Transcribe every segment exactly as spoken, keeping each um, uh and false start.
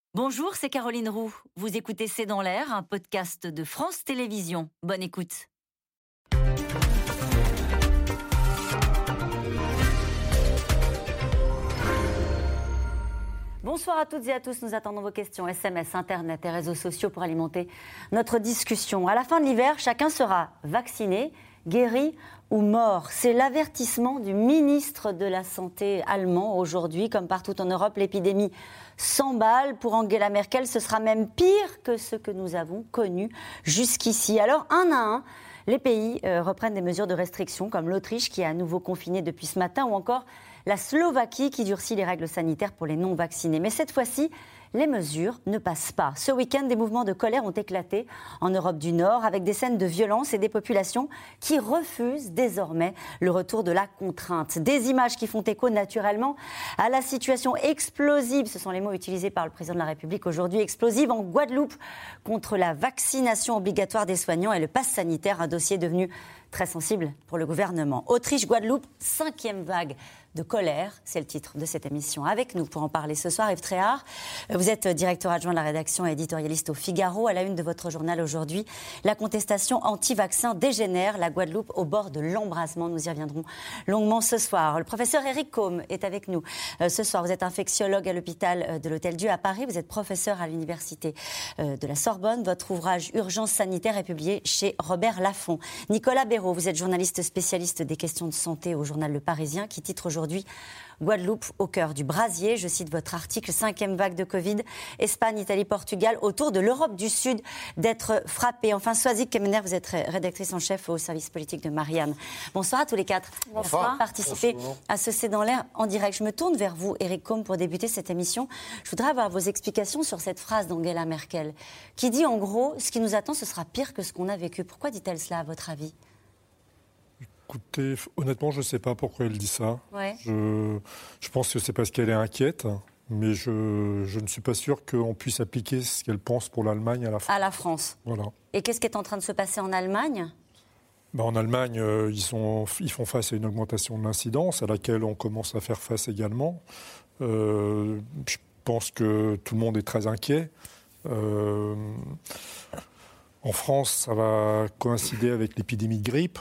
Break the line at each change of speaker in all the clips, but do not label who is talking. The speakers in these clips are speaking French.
Bonjour, c'est Caroline Roux. Vous écoutez C'est dans l'air, un podcast de France Télévisions. Bonne écoute. Bonsoir à toutes et à tous, nous attendons vos questions, S M S, Internet et réseaux sociaux pour alimenter notre discussion. À la fin de l'hiver, chacun sera vacciné, guéri ou mort. C'est l'avertissement du ministre de la Santé allemand aujourd'hui. Comme partout en Europe, l'épidémie s'emballe. Pour Angela Merkel, ce sera même pire que ce que nous avons connu jusqu'ici. Alors, un à un, les pays euh, reprennent des mesures de restriction, comme l'Autriche qui est à nouveau confinée depuis ce matin, ou encore la Slovaquie qui durcit les règles sanitaires pour les non-vaccinés. Mais cette fois-ci, les mesures ne passent pas. Ce week-end, des mouvements de colère ont éclaté en Europe du Nord avec des scènes de violence et des populations qui refusent désormais le retour de la contrainte. Des images qui font écho naturellement à la situation explosive, ce sont les mots utilisés par le président de la République aujourd'hui, explosive en Guadeloupe contre la vaccination obligatoire des soignants et le pass sanitaire, un dossier devenu très sensible pour le gouvernement. Autriche-Guadeloupe, cinquième vague de colère, c'est le titre de cette émission. Avec nous pour en parler ce soir, Yves Tréhard, vous êtes directeur adjoint de la rédaction et éditorialiste au Figaro. À la une de votre journal aujourd'hui, la contestation anti-vaccin dégénère, la Guadeloupe au bord de l'embrasement. Nous y reviendrons longuement ce soir. Le professeur Éric Côme est avec nous ce soir. Vous êtes infectiologue à l'hôpital de l'Hôtel-Dieu à Paris. Vous êtes professeur à l'université de la Sorbonne. Votre ouvrage Urgence sanitaire est publié chez Robert Laffont. Nicolas Béraud, vous êtes journaliste spécialiste des questions de santé au journal Le Parisien, qui titre aujourd'hui Aujourd'hui, Guadeloupe au cœur du brasier. Je cite votre article, cinquième vague de Covid, Espagne, Italie, Portugal, autour de l'Europe du Sud d'être frappée. Enfin, Swazik Kemener, vous êtes rédactrice en chef au service politique de Marianne. Bonsoir à tous les quatre.
Bonsoir.
Merci de participer Bonsoir. à ce C'est dans l'air en direct. Je me tourne vers vous, Éric Côme, pour débuter cette émission. Je voudrais avoir vos explications sur cette phrase d'Angela Merkel qui dit en gros, ce qui nous attend, ce sera pire que ce qu'on a vécu. Pourquoi dit-elle cela, à votre avis ?
Écoutez, honnêtement, je ne sais pas pourquoi elle dit ça.
Ouais.
Je, je pense que c'est parce qu'elle est inquiète, mais je, je ne suis pas sûr qu'on puisse appliquer ce qu'elle pense pour l'Allemagne à la France.
À la France.
Voilà.
Et qu'est-ce qui est en train de se passer en Allemagne ?
Ben, en Allemagne, euh, ils, sont, ils font face à une augmentation de l'incidence, à laquelle on commence à faire face également. Euh, je pense que tout le monde est très inquiet. Euh, en France, ça va coïncider avec l'épidémie de grippe.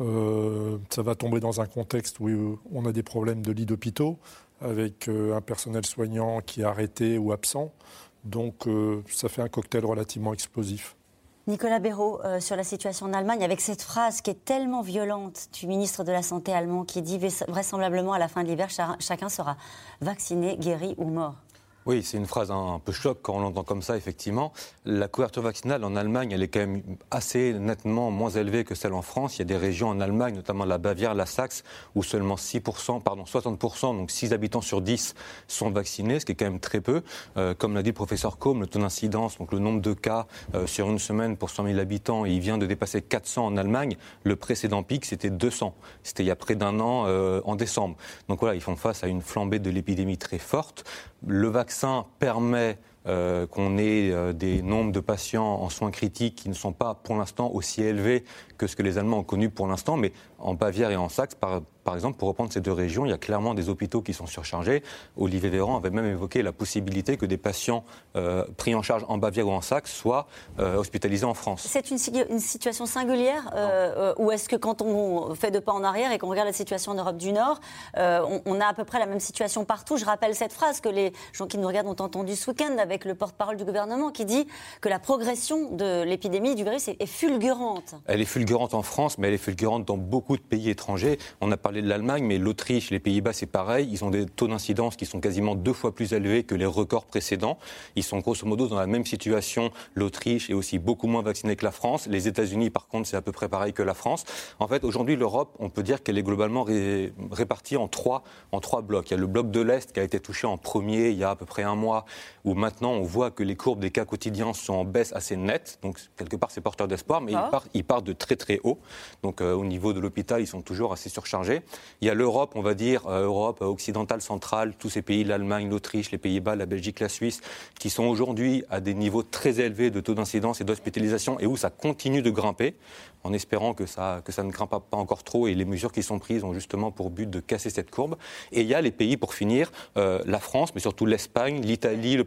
Euh, ça va tomber dans un contexte où euh, on a des problèmes de lits d'hôpitaux, avec euh, un personnel soignant qui est arrêté ou absent. Donc euh, ça fait un cocktail relativement explosif.
Nicolas Béraud, euh, sur la situation en Allemagne, avec cette phrase qui est tellement violente du ministre de la Santé allemand qui dit vraisemblablement à la fin de l'hiver, ch- chacun sera vacciné, guéri ou mort.
Oui, c'est une phrase un peu choc quand on l'entend comme ça, effectivement. La couverture vaccinale en Allemagne, elle est quand même assez nettement moins élevée que celle en France. Il y a des régions en Allemagne, notamment la Bavière, la Saxe, où seulement six pour cent, pardon, soixante pour cent, donc six habitants sur dix sont vaccinés, ce qui est quand même très peu. Euh, comme l'a dit le professeur Côme, le taux d'incidence, donc le nombre de cas euh, sur une semaine pour cent mille habitants, il vient de dépasser quatre cents en Allemagne. Le précédent pic, c'était deux cents. C'était il y a près d'un an, euh, en décembre. Donc voilà, ils font face à une flambée de l'épidémie très forte. Le vaccin permet euh, qu'on ait euh, des nombres de patients en soins critiques qui ne sont pas pour l'instant aussi élevés que ce que les Allemands ont connu pour l'instant, mais en Bavière et en Saxe, par, par exemple, pour reprendre ces deux régions, il y a clairement des hôpitaux qui sont surchargés. Olivier Véran avait même évoqué la possibilité que des patients euh, pris en charge en Bavière ou en Saxe soient euh, hospitalisés en France.
C'est une, une situation singulière euh, ou est-ce que quand on fait deux pas en arrière et qu'on regarde la situation en Europe du Nord, euh, on, on a à peu près la même situation partout? Je rappelle cette phrase que les gens qui nous regardent ont entendue ce week-end avec le porte-parole du gouvernement qui dit que la progression de l'épidémie du virus est, est fulgurante.
Elle est fulgurante en France, mais elle est fulgurante dans beaucoup de pays étrangers. On a parlé de l'Allemagne, mais l'Autriche, les Pays-Bas, c'est pareil. Ils ont des taux d'incidence qui sont quasiment deux fois plus élevés que les records précédents. Ils sont grosso modo dans la même situation. L'Autriche est aussi beaucoup moins vaccinée que la France. Les États-Unis, par contre, c'est à peu près pareil que la France. En fait, aujourd'hui, l'Europe, on peut dire qu'elle est globalement ré- répartie en trois, en trois blocs. Il y a le bloc de l'Est qui a été touché en premier il y a à peu près un mois, où maintenant on voit que les courbes des cas quotidiens sont en baisse assez nette. Donc, quelque part, c'est porteur d'espoir, mais
ah.
ils, partent, ils partent de très très haut. Donc, euh, au niveau de l'hôpital, ils sont toujours assez surchargés. Il y a l'Europe, on va dire, euh, Europe occidentale, centrale, tous ces pays, l'Allemagne, l'Autriche, les Pays-Bas, la Belgique, la Suisse, qui sont aujourd'hui à des niveaux très élevés de taux d'incidence et d'hospitalisation et où ça continue de grimper, en espérant que ça, que ça ne grimpe pas encore trop. Et les mesures qui sont prises ont justement pour but de casser cette courbe. Et il y a les pays, pour finir, euh, la France, mais surtout l'Espagne, l'Italie, le Portugal,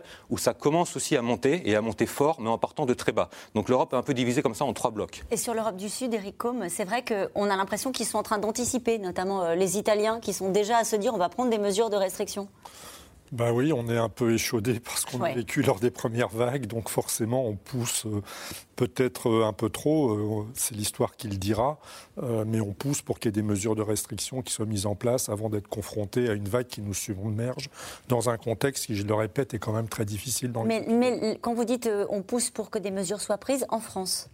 où ça commence aussi à monter, et à monter fort, mais en partant de très bas. Donc l'Europe est un peu divisée comme ça en trois blocs.
Et sur l'Europe du Sud, Éric Côme, c'est vrai qu'on a l'impression qu'ils sont en train d'anticiper, notamment euh, les Italiens, qui sont déjà à se dire on va prendre des mesures de restriction.
Ben oui, on est un peu échaudé parce qu'on
ouais.
a vécu lors des premières vagues, donc forcément on pousse euh, peut-être euh, un peu trop, euh, c'est l'histoire qui le dira, euh, mais on pousse pour qu'il y ait des mesures de restriction qui soient mises en place avant d'être confrontés à une vague qui nous submerge dans un contexte qui, je le répète, est quand même très difficile. Dans
mais, mais quand vous dites euh, on pousse pour que des mesures soient prises en France?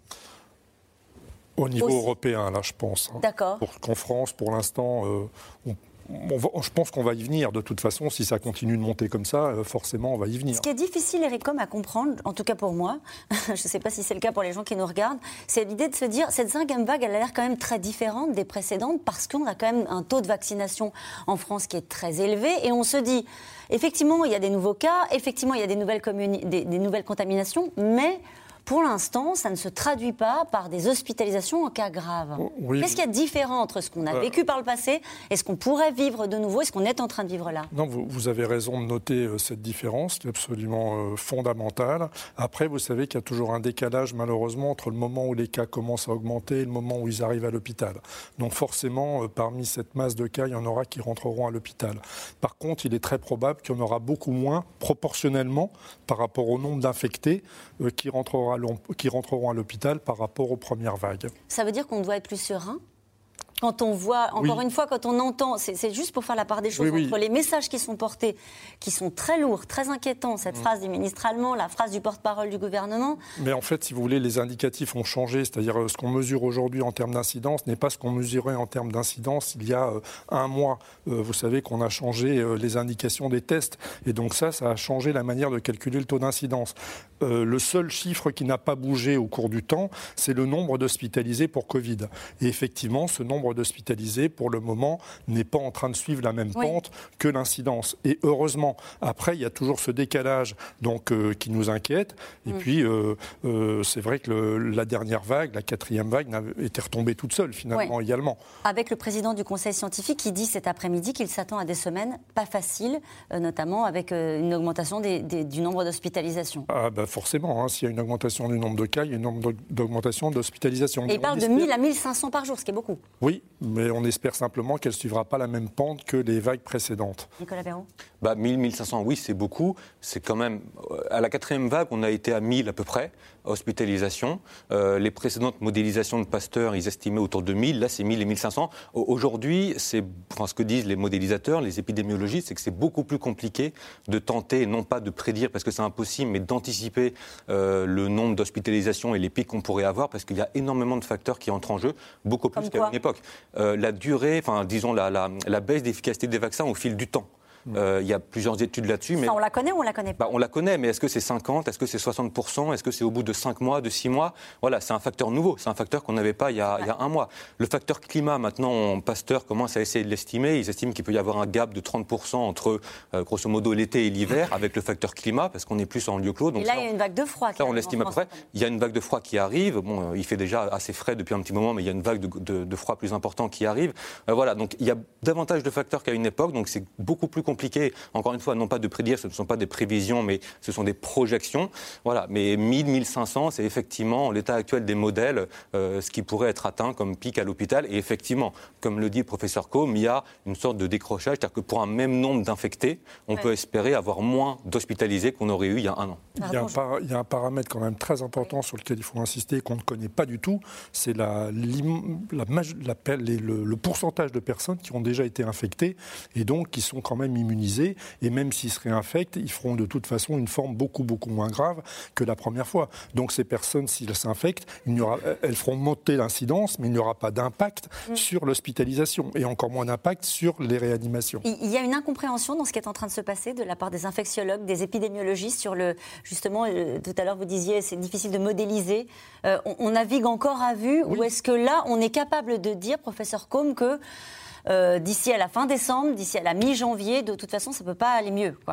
Au niveau
Aussi.
européen, là, je pense. Hein.
D'accord.
Pour qu'en France, pour l'instant, euh, on On va, je pense qu'on va y venir de toute façon. Si ça continue de monter comme ça, forcément, on va y venir.
Ce qui est difficile, Éric Côme, à comprendre, en tout cas pour moi, je ne sais pas si c'est le cas pour les gens qui nous regardent, c'est l'idée de se dire cette cinquième vague, elle a l'air quand même très différente des précédentes parce qu'on a quand même un taux de vaccination en France qui est très élevé et on se dit, effectivement, il y a des nouveaux cas, effectivement, il y a des nouvelles, communi- des, des nouvelles contaminations, mais... Pour l'instant, ça ne se traduit pas par des hospitalisations en cas grave. Oui. Qu'est-ce qu'il y a de différent entre ce qu'on a vécu par le passé et ce qu'on pourrait vivre de nouveau et ce qu'on est en train de vivre là?
Non, vous, vous avez raison de noter euh, cette différence qui est absolument euh, fondamentale. Après, vous savez qu'il y a toujours un décalage, malheureusement, entre le moment où les cas commencent à augmenter et le moment où ils arrivent à l'hôpital. Donc forcément, euh, parmi cette masse de cas, il y en aura qui rentreront à l'hôpital. Par contre, il est très probable qu'il y en aura beaucoup moins, proportionnellement, par rapport au nombre d'infectés euh, qui rentrera qui rentreront à l'hôpital par rapport aux premières vagues.
Ça veut dire qu'on doit être plus serein ? Quand on voit, encore oui. une fois, quand on entend, c'est, c'est juste pour faire la part des choses oui, entre oui. les messages qui sont portés, qui sont très lourds, très inquiétants, cette mmh. phrase du ministre allemand, la phrase du porte-parole du gouvernement.
Mais en fait, si vous voulez, les indicatifs ont changé, c'est-à-dire ce qu'on mesure aujourd'hui en termes d'incidence n'est pas ce qu'on mesurait en termes d'incidence il y a euh, un mois. Euh, vous savez qu'on a changé euh, les indications des tests, et donc ça, ça a changé la manière de calculer le taux d'incidence. Euh, le seul chiffre qui n'a pas bougé au cours du temps, c'est le nombre d'hospitalisés pour Covid. Et effectivement, ce nombre d'hospitalisés, pour le moment, n'est pas en train de suivre la même oui. pente que l'incidence. Et heureusement, après, il y a toujours ce décalage donc, euh, qui nous inquiète. Et mmh. puis, euh, euh, c'est vrai que le, la dernière vague, la quatrième vague, était retombée toute seule, finalement, oui. également.
Avec le président du Conseil scientifique qui dit cet après-midi qu'il s'attend à des semaines pas faciles, euh, notamment avec euh, une augmentation des, des, du nombre d'hospitalisations.
Ah, bah forcément, hein, s'il y a une augmentation du nombre de cas, il y a une augmentation d'hospitalisation.
Et il parle de mille à mille cinq cents par jour, ce qui est beaucoup.
Oui, mais on espère simplement qu'elle ne suivra pas la même pente que les vagues précédentes.
Nicolas Béraud ?
Bah, mille, mille cinq cents, oui, c'est beaucoup. C'est quand même... À la quatrième vague, on a été à mille à peu près, hospitalisation. Euh, les précédentes modélisations de Pasteur, ils estimaient autour de mille. Là, c'est mille et mille cinq cents. Aujourd'hui, c'est, enfin, ce que disent les modélisateurs, les épidémiologistes, c'est que c'est beaucoup plus compliqué de tenter, non pas de prédire, parce que c'est impossible, mais d'anticiper euh, le nombre d'hospitalisations et les pics qu'on pourrait avoir, parce qu'il y a énormément de facteurs qui entrent en jeu, beaucoup plus qu'à une époque. Euh, la durée, enfin, disons, la, la, la baisse d'efficacité des vaccins au fil du temps. Il euh, y a plusieurs études là-dessus. Mais...
Ça, on la connaît ou on la connaît pas ?
Bah, on la connaît, mais est-ce que c'est cinquante ? Est-ce que c'est soixante pour cent ? Est-ce que c'est au bout de cinq mois, de six mois ? Voilà, c'est un facteur nouveau. C'est un facteur qu'on n'avait pas il y, a, ouais. il y a un mois. Le facteur climat, maintenant, Pasteur commence à essayer de l'estimer. Ils estiment qu'il peut y avoir un gap de trente pour cent entre, euh, grosso modo, l'été et l'hiver avec le facteur climat, parce qu'on est plus en lieu clos. Donc
et là,
ça,
il y a une vague de froid.
Là, on l'estime à peu près. Il y a une vague de froid qui arrive. Bon, il fait déjà assez frais depuis un petit moment, mais il y a une vague de, de, de froid plus important qui arrive. Euh, voilà, donc il y a davantage de facteurs qu'à une époque. Donc c'est beaucoup plus compliqué. Encore une fois, non pas de prédire, ce ne sont pas des prévisions, mais ce sont des projections. Voilà. Mais mille, mille cinq cents, c'est effectivement, l'état actuel des modèles, euh, ce qui pourrait être atteint comme pic à l'hôpital. Et effectivement, comme le dit le professeur Côme, il y a une sorte de décrochage, c'est-à-dire que pour un même nombre d'infectés, on ouais. peut espérer avoir moins d'hospitalisés qu'on aurait eu il y a un an.
Il y a un, par, il y a un paramètre quand même très important sur lequel il faut insister, qu'on ne connaît pas du tout, c'est la, la, la, les, le, le pourcentage de personnes qui ont déjà été infectées et donc qui sont quand même immunisées. Et même s'ils se réinfectent, ils feront de toute façon une forme beaucoup, beaucoup moins grave que la première fois. Donc ces personnes, s'ils s'infectent, il n'y aura, elles feront monter l'incidence, mais il n'y aura pas d'impact mmh. sur l'hospitalisation et encore moins d'impact sur les réanimations.
Il y a une incompréhension dans ce qui est en train de se passer de la part des infectiologues, des épidémiologistes sur le... Justement, euh, tout à l'heure vous disiez, c'est difficile de modéliser. Euh, on, on navigue encore à vue oui. ou est-ce que là, on est capable de dire, professeur Côme, que Euh, d'ici à la fin décembre, d'ici à la mi-janvier, de toute façon, ça ne peut pas aller mieux, quoi.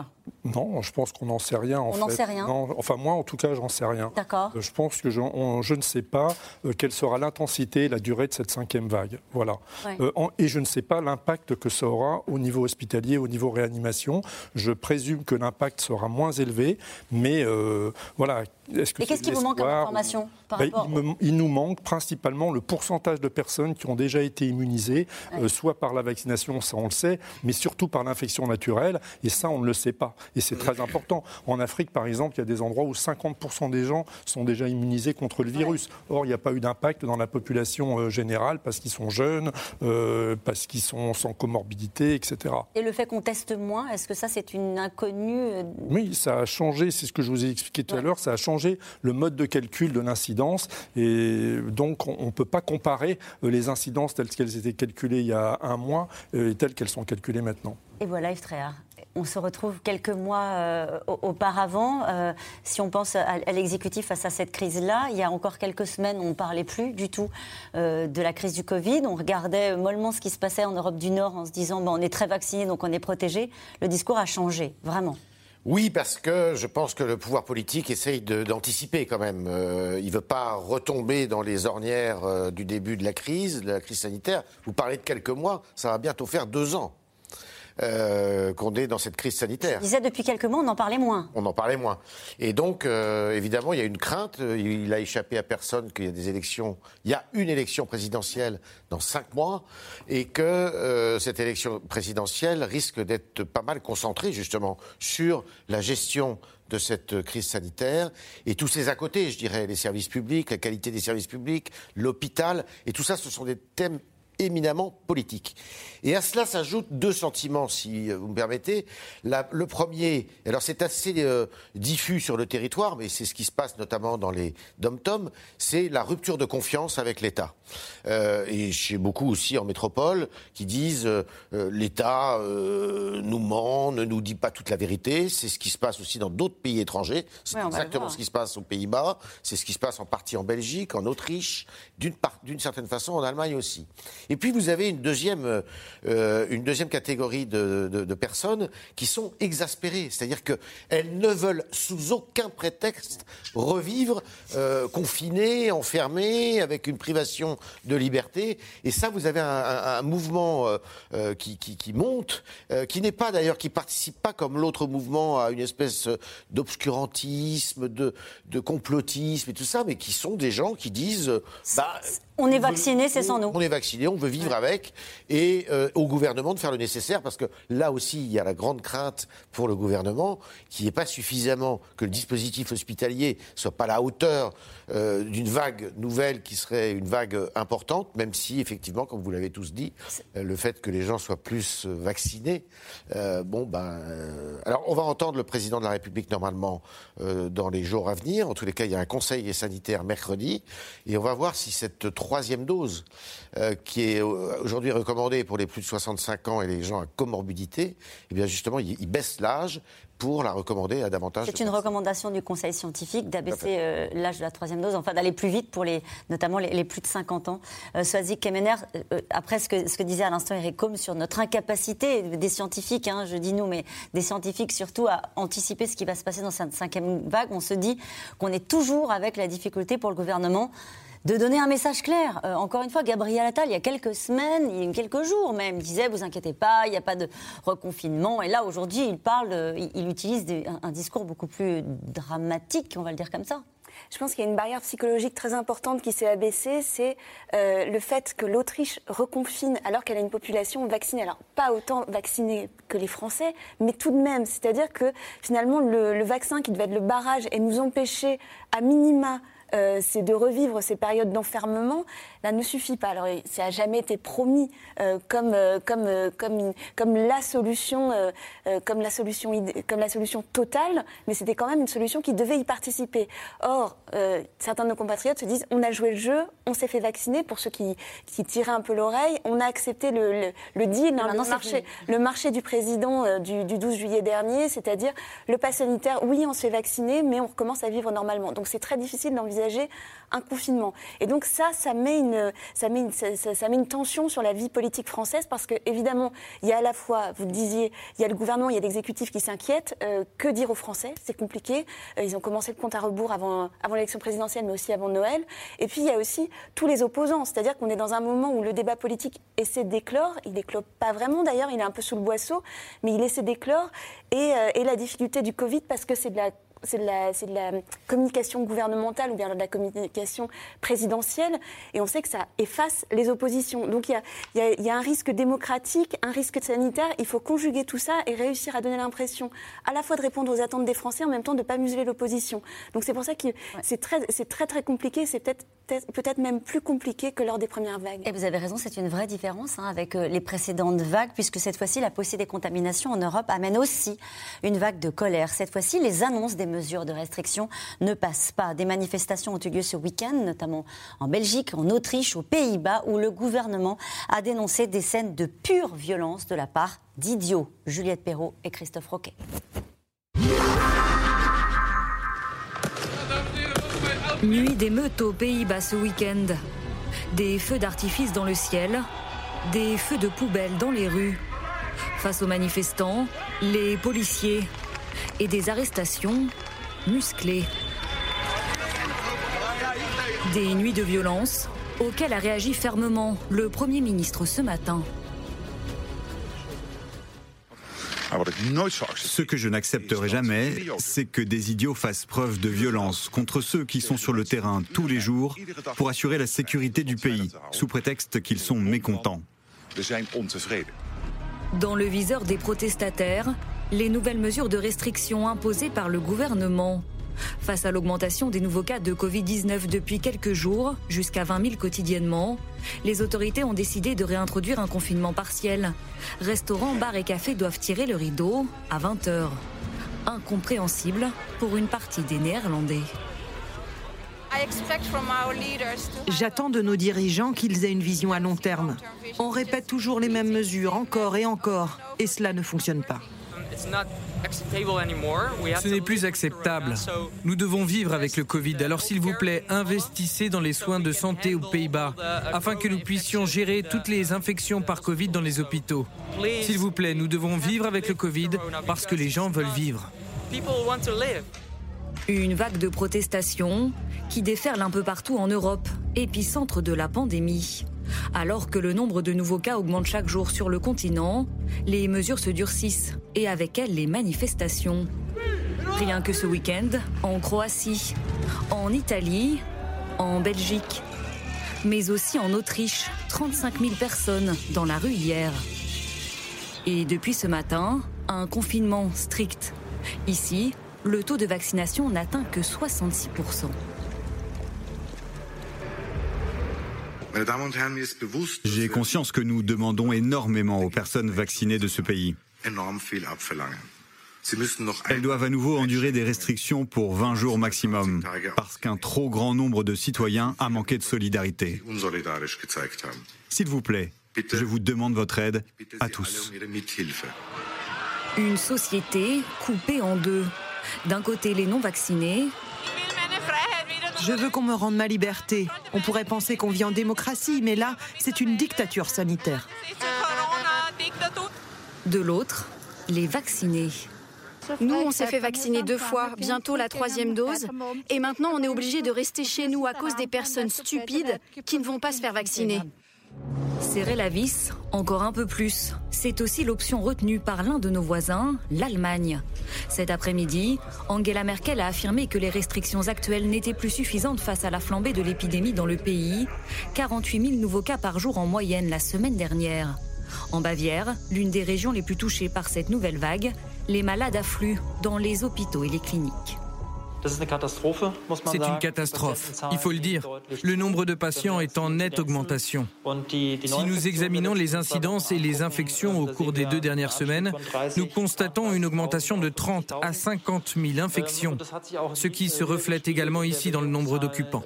Non, je pense qu'on n'en sait rien. En
on n'en sait rien.
Non, enfin, moi, en tout cas, j'en sais rien.
D'accord.
Euh, je pense que je, on, je ne sais pas euh, quelle sera l'intensité et la durée de cette cinquième vague. Voilà.
Ouais.
Euh, en, et je ne sais pas l'impact que ça aura au niveau hospitalier, au niveau réanimation. Je présume que l'impact sera moins élevé, mais euh, voilà. Est-ce que
et qu'est-ce qui vous manque comme information par
ben,
rapport
il, me, il nous manque principalement le pourcentage de personnes qui ont déjà été immunisées, ouais. euh, soit par la vaccination, ça on le sait, mais surtout par l'infection naturelle, et ça on ne le sait pas. Et c'est très important. En Afrique, par exemple, il y a des endroits où cinquante pour cent des gens sont déjà immunisés contre le virus. Ouais. Or, il n'y a pas eu d'impact dans la population euh, générale parce qu'ils sont jeunes, euh, parce qu'ils sont sans comorbidité, et cetera.
Et le fait qu'on teste moins, est-ce que ça c'est une inconnue ?
Oui, ça a changé, c'est ce que je vous ai expliqué tout ouais. à l'heure, ça a changé le mode de calcul de l'incidence et donc on ne peut pas comparer les incidences telles qu'elles étaient calculées il y a un mois et telles qu'elles sont calculées maintenant.
Et voilà Yves Tréhard. On se retrouve quelques mois euh, auparavant. Euh, si on pense à, à l'exécutif face à cette crise-là, il y a encore quelques semaines, on ne parlait plus du tout euh, de la crise du Covid. On regardait mollement ce qui se passait en Europe du Nord en se disant ben, on est très vaccinés, donc on est protégés. Le discours a changé, vraiment.
Oui, parce que je pense que le pouvoir politique essaye de, d'anticiper quand même. Euh, il ne veut pas retomber dans les ornières euh, du début de la crise, de la crise sanitaire. Vous parlez de quelques mois, ça va bientôt faire deux ans. Euh, qu'on est dans cette crise sanitaire.
Je disais depuis quelques mois, on en parlait moins.
On en parlait moins. Et donc, euh, évidemment, il y a une crainte. Il a échappé à personne qu'il y a des élections. Il y a une élection présidentielle dans cinq mois et que euh, cette élection présidentielle risque d'être pas mal concentrée justement sur la gestion de cette crise sanitaire et tous ces à côté, je dirais, les services publics, la qualité des services publics, l'hôpital, et tout ça, ce sont des thèmes éminemment politique. Et à cela s'ajoutent deux sentiments, si vous me permettez. La, le premier, alors c'est assez euh, diffus sur le territoire, mais c'est ce qui se passe notamment dans les dom-toms, c'est la rupture de confiance avec l'État. Euh, et chez beaucoup aussi en métropole, qui disent euh, l'État euh, nous ment, ne nous dit pas toute la vérité. C'est ce qui se passe aussi dans d'autres pays étrangers. C'est ouais, exactement ce qui se passe aux Pays-Bas, c'est ce qui se passe en partie en Belgique, en Autriche, d'une, part, d'une certaine façon en Allemagne aussi. Et puis vous avez une deuxième, euh, une deuxième catégorie de, de, de personnes qui sont exaspérées, c'est-à-dire qu'elles ne veulent sous aucun prétexte revivre euh, confinées, enfermées, avec une privation de liberté. Et ça, vous avez un, un, un mouvement euh, euh, qui, qui, qui monte, euh, qui n'est pas d'ailleurs, qui participe pas comme l'autre mouvement à une espèce d'obscurantisme, de, de complotisme et tout ça, mais qui sont des gens qui disent... Bah,
on est vaccinés, c'est sans nous.
On est vaccinés, on veut vivre ouais. avec, et euh, au gouvernement de faire le nécessaire, parce que là aussi, il y a la grande crainte pour le gouvernement, qui n'est pas suffisamment, que le dispositif hospitalier soit pas à la hauteur euh, d'une vague nouvelle qui serait une vague importante, même si, effectivement, comme vous l'avez tous dit, euh, le fait que les gens soient plus euh, vaccinés, euh, bon, ben... Euh, alors, on va entendre le président de la République, normalement, euh, dans les jours à venir. En tous les cas, il y a un conseil sanitaire mercredi, et on va voir si cette troisième dose, euh, qui est aujourd'hui recommandée pour les plus de soixante-cinq ans et les gens à comorbidité, eh bien justement, il, il baisse l'âge pour la recommander à davantage.
C'est une personnes. recommandation du Conseil scientifique d'abaisser euh, l'âge de la troisième dose, enfin d'aller plus vite pour les, notamment les, les plus de cinquante ans. Euh, Soazic Kemener, euh, après ce que, ce que disait à l'instant Eric Combe sur notre incapacité des scientifiques, hein, je dis nous, mais des scientifiques surtout à anticiper ce qui va se passer dans cette cinquième vague, on se dit qu'on est toujours avec la difficulté pour le gouvernement de donner un message clair. Euh, encore une fois, Gabriel Attal, il y a quelques semaines, il y a quelques jours même, disait « vous inquiétez pas, il n'y a pas de reconfinement ». Et là, aujourd'hui, il parle, de, il, il utilise des, un, un discours beaucoup plus dramatique, on va le dire comme ça.
Je pense qu'il y a une barrière psychologique très importante qui s'est abaissée, c'est euh, le fait que l'Autriche reconfine alors qu'elle a une population vaccinée. Alors, pas autant vaccinée que les Français, mais tout de même. C'est-à-dire que, finalement, le, le vaccin qui devait être le barrage et nous empêcher, à minima, Euh, c'est de revivre ces périodes d'enfermement, là, ne suffit pas. Alors, ça n'a jamais été promis euh, comme, euh, comme, euh, comme, une, comme, la solution, euh, euh, comme, la solution idé- comme la solution totale, mais c'était quand même une solution qui devait y participer. Or, euh, certains de nos compatriotes se disent on a joué le jeu, on s'est fait vacciner, pour ceux qui, qui tiraient un peu l'oreille, on a accepté le, le, le deal, hein, le, marché, le marché du président euh, du, du douze juillet dernier, c'est-à-dire le pass sanitaire, oui, on se fait vacciner, mais on recommence à vivre normalement. Donc, c'est très difficile d'envisager envisager un confinement. Et donc ça, ça met une, ça met une, ça, ça, ça met une tension sur la vie politique française parce que, évidemment, il y a à la fois, vous le disiez, il y a le gouvernement, il y a l'exécutif qui s'inquiète. Euh, que dire aux Français ? C'est compliqué. Euh, ils ont commencé le compte à rebours avant, avant l'élection présidentielle, mais aussi avant Noël. Et puis, il y a aussi tous les opposants. C'est-à-dire qu'on est dans un moment où le débat politique essaie d'éclore. Il n'éclore pas vraiment, d'ailleurs. Il est un peu sous le boisseau, mais il essaie d'éclore. Et, euh, et la difficulté du Covid, parce que c'est de la C'est de, la, c'est de la communication gouvernementale ou bien de la communication présidentielle. Et on sait que ça efface les oppositions. Donc il y a, il y a, il y a un risque démocratique, un risque sanitaire. Il faut conjuguer tout ça et réussir à donner l'impression à la fois de répondre aux attentes des Français, en même temps de ne pas museler l'opposition. Donc c'est pour ça que ouais. c'est, très, c'est très très compliqué. C'est peut-être, peut-être, peut-être même plus compliqué que lors des premières vagues.
Et vous avez raison, c'est une vraie différence hein, avec les précédentes vagues, puisque cette fois-ci, la poussée des contaminations en Europe amène aussi une vague de colère. Cette fois-ci, les annonces des mesures de restriction ne passent pas. Des manifestations ont eu lieu ce week-end, notamment en Belgique, en Autriche, aux Pays-Bas, où le gouvernement a dénoncé des scènes de pure violence de la part d'idiots. Juliette Perrault et Christophe Roquet.
Nuit d'émeute aux Pays-Bas ce week-end. Des feux d'artifice dans le ciel, des feux de poubelle dans les rues. Face aux manifestants, les policiers et des arrestations musclées. Des nuits de violence auxquelles a réagi fermement le Premier ministre ce matin.
Ce que je n'accepterai jamais, c'est que des idiots fassent preuve de violence contre ceux qui sont sur le terrain tous les jours pour assurer la sécurité du pays, sous prétexte qu'ils sont mécontents.
Dans le viseur des protestataires, les nouvelles mesures de restriction imposées par le gouvernement. Face à l'augmentation des nouveaux cas de covid dix-neuf depuis quelques jours, jusqu'à vingt mille quotidiennement, les autorités ont décidé de réintroduire un confinement partiel. Restaurants, bars et cafés doivent tirer le rideau à vingt heures. Incompréhensible pour une partie des Néerlandais.
J'attends de nos dirigeants qu'ils aient une vision à long terme. On répète toujours les mêmes mesures, encore et encore, et cela ne fonctionne pas.
Ce n'est plus acceptable. Nous devons vivre avec le Covid. Alors s'il vous plaît, investissez dans les soins de santé aux Pays-Bas afin que nous puissions gérer toutes les infections par Covid dans les hôpitaux. S'il vous plaît, nous devons vivre avec le Covid parce que les gens veulent vivre.
Une vague de protestations qui déferle un peu partout en Europe, épicentre de la pandémie. Alors que le nombre de nouveaux cas augmente chaque jour sur le continent, les mesures se durcissent et avec elles les manifestations. Rien que ce week-end, en Croatie, en Italie, en Belgique, mais aussi en Autriche, trente-cinq mille personnes dans la rue hier. Et depuis ce matin, un confinement strict. Ici, le taux de vaccination n'atteint que soixante-six pour cent.
J'ai conscience que nous demandons énormément aux personnes vaccinées de ce pays. Elles doivent à nouveau endurer des restrictions pour vingt jours maximum, parce qu'un trop grand nombre de citoyens a manqué de solidarité. S'il vous plaît, je vous demande votre aide à tous.
Une société coupée en deux. D'un côté, les non-vaccinés.
Je veux qu'on me rende ma liberté. On pourrait penser qu'on vit en démocratie, mais là, c'est une dictature sanitaire.
De l'autre, les vaccinés.
Nous, on s'est fait vacciner deux fois, bientôt la troisième dose. Et maintenant, on est obligé de rester chez nous à cause des personnes stupides qui ne vont pas se faire vacciner.
Serrer la vis, encore un peu plus. C'est aussi l'option retenue par l'un de nos voisins, l'Allemagne. Cet après-midi, Angela Merkel a affirmé que les restrictions actuelles n'étaient plus suffisantes face à la flambée de l'épidémie dans le pays. quarante-huit mille nouveaux cas par jour en moyenne la semaine dernière. En Bavière, l'une des régions les plus touchées par cette nouvelle vague, les malades affluent dans les hôpitaux et les cliniques.
C'est une catastrophe, il faut le dire. Le nombre de patients est en nette augmentation. Si nous examinons les incidences et les infections au cours des deux dernières semaines, nous constatons une augmentation de trente à cinquante mille infections, ce qui se reflète également ici dans le nombre d'occupants.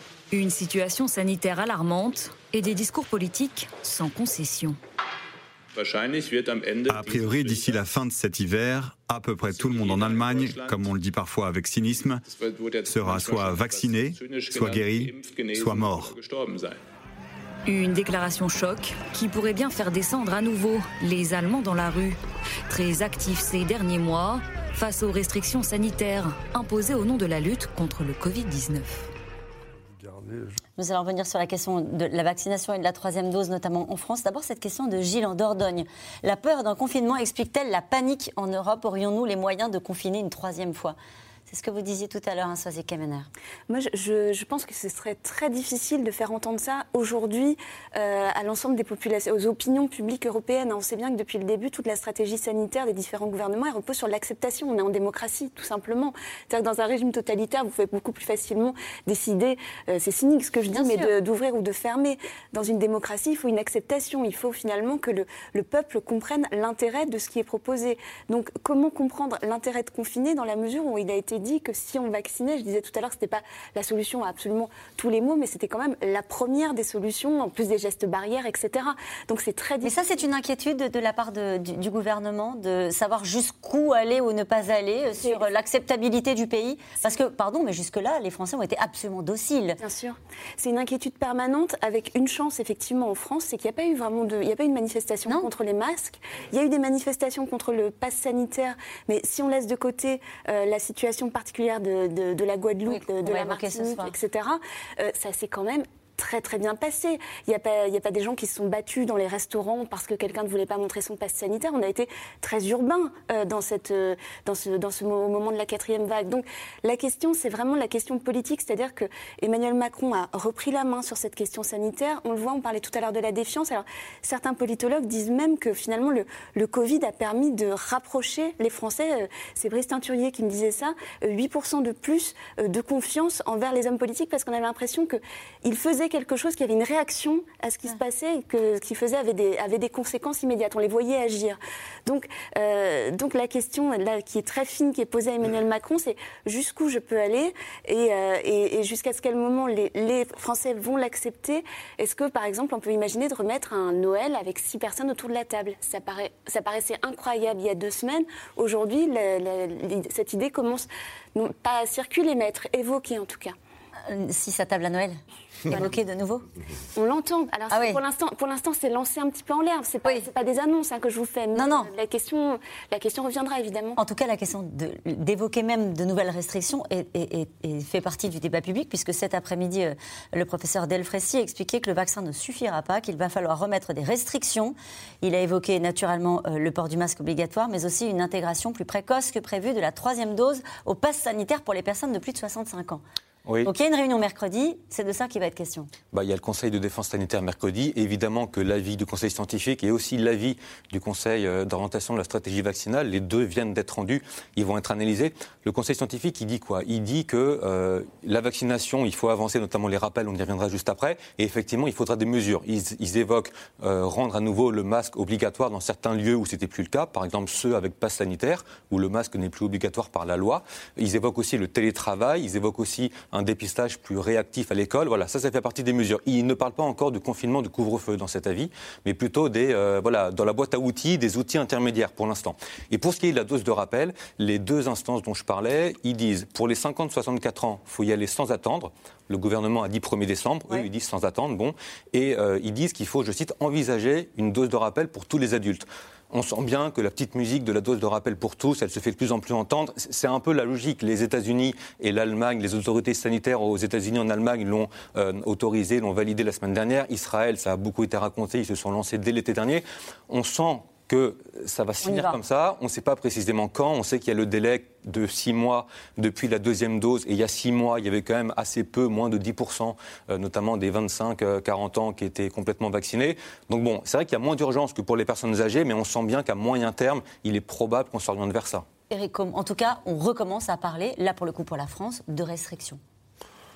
Une situation sanitaire alarmante et des discours politiques sans concession.
A priori, d'ici la fin de cet hiver, à peu près tout le monde en Allemagne, comme on le dit parfois avec cynisme, sera soit vacciné, soit guéri, soit mort.
Une déclaration choc qui pourrait bien faire descendre à nouveau les Allemands dans la rue. Très actifs ces derniers mois face aux restrictions sanitaires imposées au nom de la lutte contre le covid dix-neuf.
Nous allons revenir sur la question de la vaccination et de la troisième dose, notamment en France. D'abord, cette question de Gilles en Dordogne. La peur d'un confinement explique-t-elle la panique en Europe? Aurions-nous les moyens de confiner une troisième fois? C'est ce que vous disiez tout à l'heure, hein, Soisy Kemener.
Moi, je, je pense que ce serait très difficile de faire entendre ça aujourd'hui euh, à l'ensemble des populations, aux opinions publiques européennes. On sait bien que depuis le début, toute la stratégie sanitaire des différents gouvernements elle repose sur l'acceptation. On est en démocratie, tout simplement. C'est-à-dire que dans un régime totalitaire, vous pouvez beaucoup plus facilement décider, euh, c'est cynique ce que je dis, bien mais de, d'ouvrir ou de fermer. Dans une démocratie, il faut une acceptation. Il faut finalement que le, le peuple comprenne l'intérêt de ce qui est proposé. Donc, comment comprendre l'intérêt de confiner dans la mesure où il a été dit que si on vaccinait, je disais tout à l'heure que ce n'était pas la solution à absolument tous les maux, mais c'était quand même la première des solutions, en plus des gestes barrières, et cetera. Donc c'est très difficile.
Mais ça, c'est une inquiétude de la part de, du, du gouvernement, de savoir jusqu'où aller ou ne pas aller sur l'acceptabilité du pays. Parce que, pardon, mais jusque-là, les Français ont été absolument dociles.
Bien sûr. C'est une inquiétude permanente, avec une chance, effectivement, en France, c'est qu'il n'y a pas eu vraiment de, il n'y a pas eu de manifestation non. contre les masques. Il y a eu des manifestations contre le pass sanitaire, mais si on laisse de côté euh, la situation particulière de, de, de la Guadeloupe, oui, de, de la Martinique, et cetera, euh, ça s'est quand même très très bien passé. Il n'y a pas, il y a pas des gens qui se sont battus dans les restaurants parce que quelqu'un ne voulait pas montrer son passe sanitaire. On a été très urbain euh, dans, cette, euh, dans ce, dans ce moment de la quatrième vague. Donc la question, c'est vraiment la question politique, c'est-à-dire que Emmanuel Macron a repris la main sur cette question sanitaire. On le voit, on parlait tout à l'heure de la défiance. Alors certains politologues disent même que finalement le, le Covid a permis de rapprocher les Français. Euh, c'est Brice Teinturier qui me disait ça, euh, huit pour cent de plus euh, de confiance envers les hommes politiques parce qu'on avait l'impression qu'ils faisaient quelque chose qui avait une réaction à ce qui ouais. se passait et que ce qu'ils faisaient avait des, avait des conséquences immédiates. On les voyait agir. Donc, euh, donc la question là, qui est très fine, qui est posée à Emmanuel Macron, c'est jusqu'où je peux aller et, euh, et, et jusqu'à quel moment les, les Français vont l'accepter. Est-ce que, par exemple, on peut imaginer de remettre un Noël avec six personnes autour de la table? Ça, paraît, ça paraissait incroyable il y a deux semaines. Aujourd'hui, la, la, cette idée commence non, pas à circuler, mais à être évoquée en tout cas.
Euh, six à table à Noël évoqué de nouveau?
On l'entend. Alors ah oui. pour l'instant, pour l'instant, c'est lancé un petit peu en l'air. C'est pas, oui. c'est pas des annonces hein, que je vous fais.
Non, non.
La question, la question reviendra évidemment.
En tout cas, la question de, d'évoquer même de nouvelles restrictions est, est, est, est fait partie du débat public, puisque cet après-midi, euh, le professeur Delfrécy a expliqué que le vaccin ne suffira pas, qu'il va falloir remettre des restrictions. Il a évoqué naturellement euh, le port du masque obligatoire, mais aussi une intégration plus précoce que prévue de la troisième dose au pass sanitaire pour les personnes de plus de soixante-cinq ans. Oui. Donc il y a une réunion mercredi, c'est de ça qu'il va être question.
Bah, il y a le Conseil de défense sanitaire mercredi, évidemment que l'avis du Conseil scientifique et aussi l'avis du Conseil d'orientation de la stratégie vaccinale, les deux viennent d'être rendus, ils vont être analysés. Le Conseil scientifique, il dit quoi? Il dit que euh, la vaccination, il faut avancer, notamment les rappels, on y reviendra juste après, et effectivement, il faudra des mesures. Ils, ils évoquent euh, rendre à nouveau le masque obligatoire dans certains lieux où c'était plus le cas, par exemple ceux avec passe sanitaire, où le masque n'est plus obligatoire par la loi. Ils évoquent aussi le télétravail, ils évoquent aussi un dépistage plus réactif à l'école. Voilà, ça, ça fait partie des mesures. Il ne parle pas encore de confinement, de couvre-feu dans cet avis, mais plutôt des, euh, voilà, dans la boîte à outils, des outils intermédiaires pour l'instant. Et pour ce qui est de la dose de rappel, les deux instances dont je parlais, ils disent pour les cinquante à soixante-quatre ans, il faut y aller sans attendre. Le gouvernement a dit premier décembre, eux, ouais. ils disent sans attendre. Bon. Et euh, ils disent qu'il faut, je cite, envisager une dose de rappel pour tous les adultes. On sent bien que la petite musique de la dose de rappel pour tous, elle se fait de plus en plus entendre. C'est un peu la logique. Les États-Unis et l'Allemagne, les autorités sanitaires aux États-Unis et en Allemagne l'ont euh, autorisé, l'ont validé la semaine dernière. Israël, ça a beaucoup été raconté, ils se sont lancés dès l'été dernier. On sent que ça va se finir comme ça. On ne sait pas précisément quand. On sait qu'il y a le délai de six mois depuis la deuxième dose. Et il y a six mois, il y avait quand même assez peu, moins de dix pour cent, euh, notamment des vingt-cinq à quarante ans qui étaient complètement vaccinés. Donc bon, c'est vrai qu'il y a moins d'urgence que pour les personnes âgées, mais on sent bien qu'à moyen terme, il est probable qu'on s'oriente vers ça.
Éric Côme, en tout cas, on recommence à parler, là pour le coup pour la France, de restrictions.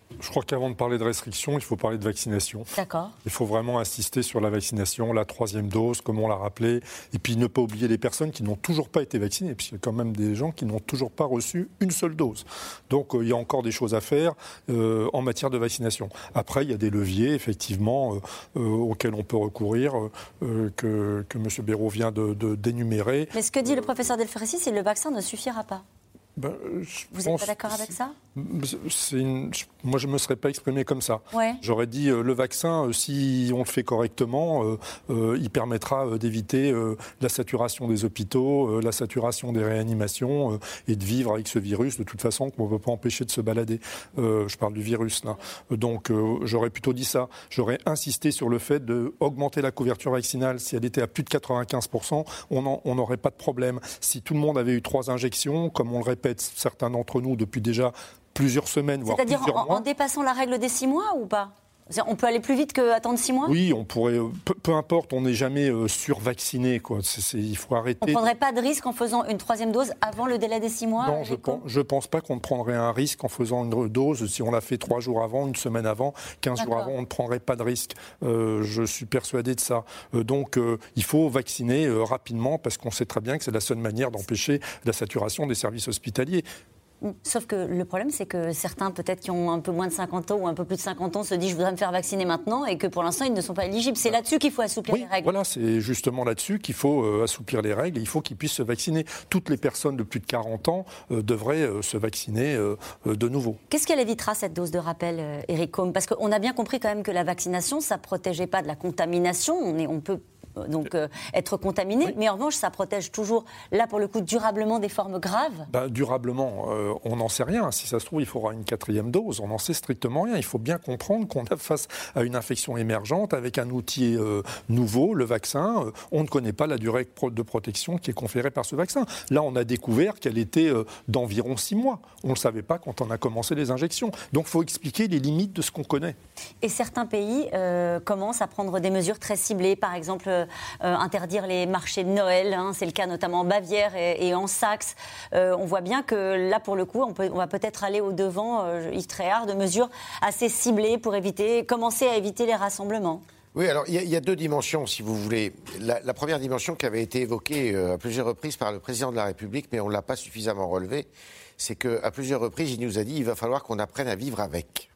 Je crois qu'avant de parler de restrictions, il faut parler de vaccination.
D'accord.
Il faut vraiment insister sur la vaccination, la troisième dose, comme on l'a rappelé, et puis ne pas oublier les personnes qui n'ont toujours pas été vaccinées, puisqu'il y a quand même des gens qui n'ont toujours pas reçu une seule dose. Donc euh, il y a encore des choses à faire euh, en matière de vaccination. Après, il y a des leviers, effectivement, euh, euh, auxquels on peut recourir, euh, que, que M. Béraud vient de, de, d'énumérer.
Mais ce que dit le professeur Delfrécy, c'est que le vaccin ne suffira pas.
Ben,
Vous n'êtes pas d'accord avec ça ?
c'est une, Moi, je ne me serais pas exprimé comme ça.
Ouais.
J'aurais dit euh, le vaccin, euh, si on le fait correctement, euh, euh, il permettra euh, d'éviter euh, la saturation des hôpitaux, euh, la saturation des réanimations euh, et de vivre avec ce virus, de toute façon, qu'on ne peut pas empêcher de se balader. Euh, je parle du virus, là. Donc, euh, j'aurais plutôt dit ça. J'aurais insisté sur le fait d'augmenter la couverture vaccinale. Si elle était à plus de quatre-vingt-quinze pour cent, on n'aurait pas de problème. Si tout le monde avait eu trois injections, comme on le répète, certains d'entre nous depuis déjà plusieurs semaines, voire plusieurs mois.
C'est-à-dire en, en dépassant la règle des six mois ou pas ? On peut aller plus vite qu'attendre six mois ?
Oui, on pourrait. Peu, peu importe, on n'est jamais euh, survacciné, quoi. C'est, c'est, il faut arrêter.
On ne prendrait pas de risque en faisant une troisième dose avant le délai des six mois ?
Non, je ne pense, je pense pas qu'on prendrait un risque en faisant une dose. Si on l'a fait trois jours avant, une semaine avant, quinze D'accord. jours avant, on ne prendrait pas de risque. Euh, je suis persuadé de ça. Euh, donc, euh, il faut vacciner euh, rapidement parce qu'on sait très bien que c'est la seule manière d'empêcher la saturation des services hospitaliers.
Sauf que le problème, c'est que certains, peut-être qui ont un peu moins de cinquante ans ou un peu plus de cinquante ans, se disent « je voudrais me faire vacciner maintenant » et que pour l'instant, ils ne sont pas éligibles. C'est là-dessus qu'il faut assouplir
oui,
les règles.
Voilà, c'est justement là-dessus qu'il faut euh, assouplir les règles et il faut qu'ils puissent se vacciner. Toutes les personnes de plus de quarante ans euh, devraient euh, se vacciner euh, euh, de nouveau.
Qu'est-ce qu'elle évitera, cette dose de rappel, euh, Éric Côme ? Parce qu'on a bien compris quand même que la vaccination, ça ne protégeait pas de la contamination. On, est, on peut... donc euh, être contaminé, oui. mais en revanche, ça protège toujours, là pour le coup, durablement des formes graves.
Ben, durablement, euh, on n'en sait rien. Si ça se trouve, il faudra une quatrième dose. On n'en sait strictement rien. Il faut bien comprendre qu'on est face à une infection émergente avec un outil euh, nouveau, le vaccin. Euh, on ne connaît pas la durée de protection qui est conférée par ce vaccin. Là, on a découvert qu'elle était euh, d'environ six mois. On ne le savait pas quand on a commencé les injections. Donc, il faut expliquer les limites de ce qu'on connaît.
Et certains pays euh, commencent à prendre des mesures très ciblées, par exemple euh, interdire les marchés de Noël. Hein, c'est le cas notamment en Bavière et, et en Saxe. Euh, on voit bien que là, pour le coup, on, peut, on va peut-être aller au-devant, euh, Yves Tréhard, de mesures assez ciblées pour éviter, commencer à éviter les rassemblements.
Oui, alors il y, y a deux dimensions, si vous voulez. La, la première dimension qui avait été évoquée euh, à plusieurs reprises par le président de la République, mais on ne l'a pas suffisamment relevée, c'est qu'à plusieurs reprises, il nous a dit qu'il va falloir qu'on apprenne à vivre avec.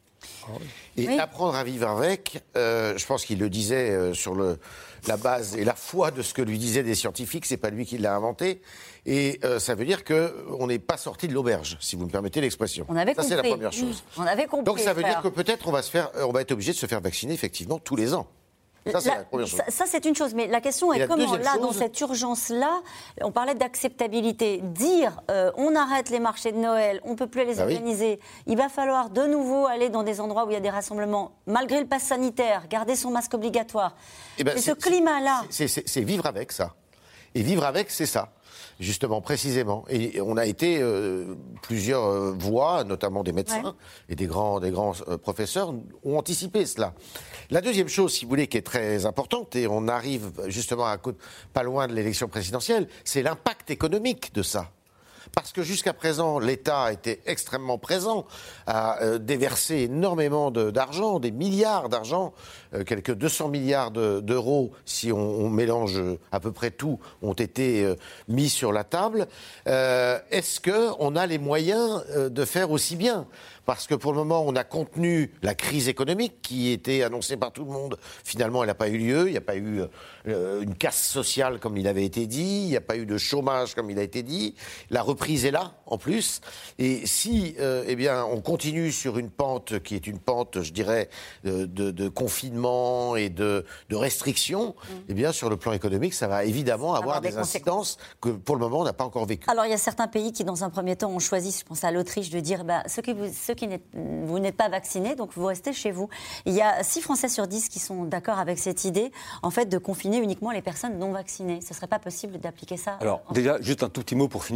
Et oui. apprendre à vivre avec, euh, je pense qu'il le disait euh, sur le, la base et la foi de ce que lui disaient des scientifiques, c'est pas lui qui l'a inventé. Et euh, ça veut dire qu'on n'est pas sorti de l'auberge, si vous me permettez l'expression.
On avait
ça,
compris.
c'est la première chose.
On avait compris.
Donc ça veut
frère.
dire que peut-être on va se faire, on va être obligé de se faire vacciner effectivement tous les ans. Ça, c'est
la,
la première chose.
Ça, ça, c'est une chose. Mais la question est
la
comment, là,
chose...
dans cette urgence-là, on parlait d'acceptabilité. Dire, euh, on arrête les marchés de Noël, on ne peut plus les bah organiser. Oui. Il va falloir de nouveau aller dans des endroits où il y a des rassemblements, malgré le pass sanitaire, garder son masque obligatoire. Et ben, c'est ce climat-là.
C'est, c'est, c'est vivre avec ça. Et vivre avec, c'est ça. Justement, précisément. Et on a été euh, plusieurs euh, voix, notamment des médecins ouais. et des grands, des grands euh, professeurs, ont anticipé cela. La deuxième chose, si vous voulez, qui est très importante, et on arrive justement à pas loin de l'élection présidentielle, c'est l'impact économique de ça. Parce que jusqu'à présent, l'État était extrêmement présent, à euh, déverser énormément de, d'argent, des milliards d'argent, euh, quelques deux cents milliards de, d'euros, si on, on mélange à peu près tout, ont été euh, mis sur la table. Euh, est-ce qu'on a les moyens euh, de faire aussi bien ? Parce que pour le moment, on a contenu la crise économique qui était annoncée par tout le monde. Finalement, elle n'a pas eu lieu. Il n'y a pas eu euh, une casse sociale comme il avait été dit. Il n'y a pas eu de chômage comme il a été dit. La reprise est là, en plus. Et si euh, eh bien, on continue sur une pente qui est une pente, je dirais, de, de, de confinement et de, de restrictions, mmh. eh bien, sur le plan économique, ça va évidemment avoir, avoir des, des incidences que, pour le moment, on n'a pas encore vécues.
Alors, il y a certains pays qui, dans un premier temps, ont choisi, je pense à l'Autriche, de dire bah, ceux qui vous... Ceux qui n'êtes, vous n'êtes pas vaccinés, donc vous restez chez vous. Il y a six Français sur dix qui sont d'accord avec cette idée, en fait, de confiner uniquement les personnes non vaccinées. Ce ne serait pas possible d'appliquer ça.
Alors, déjà, juste un tout petit mot pour finir sur le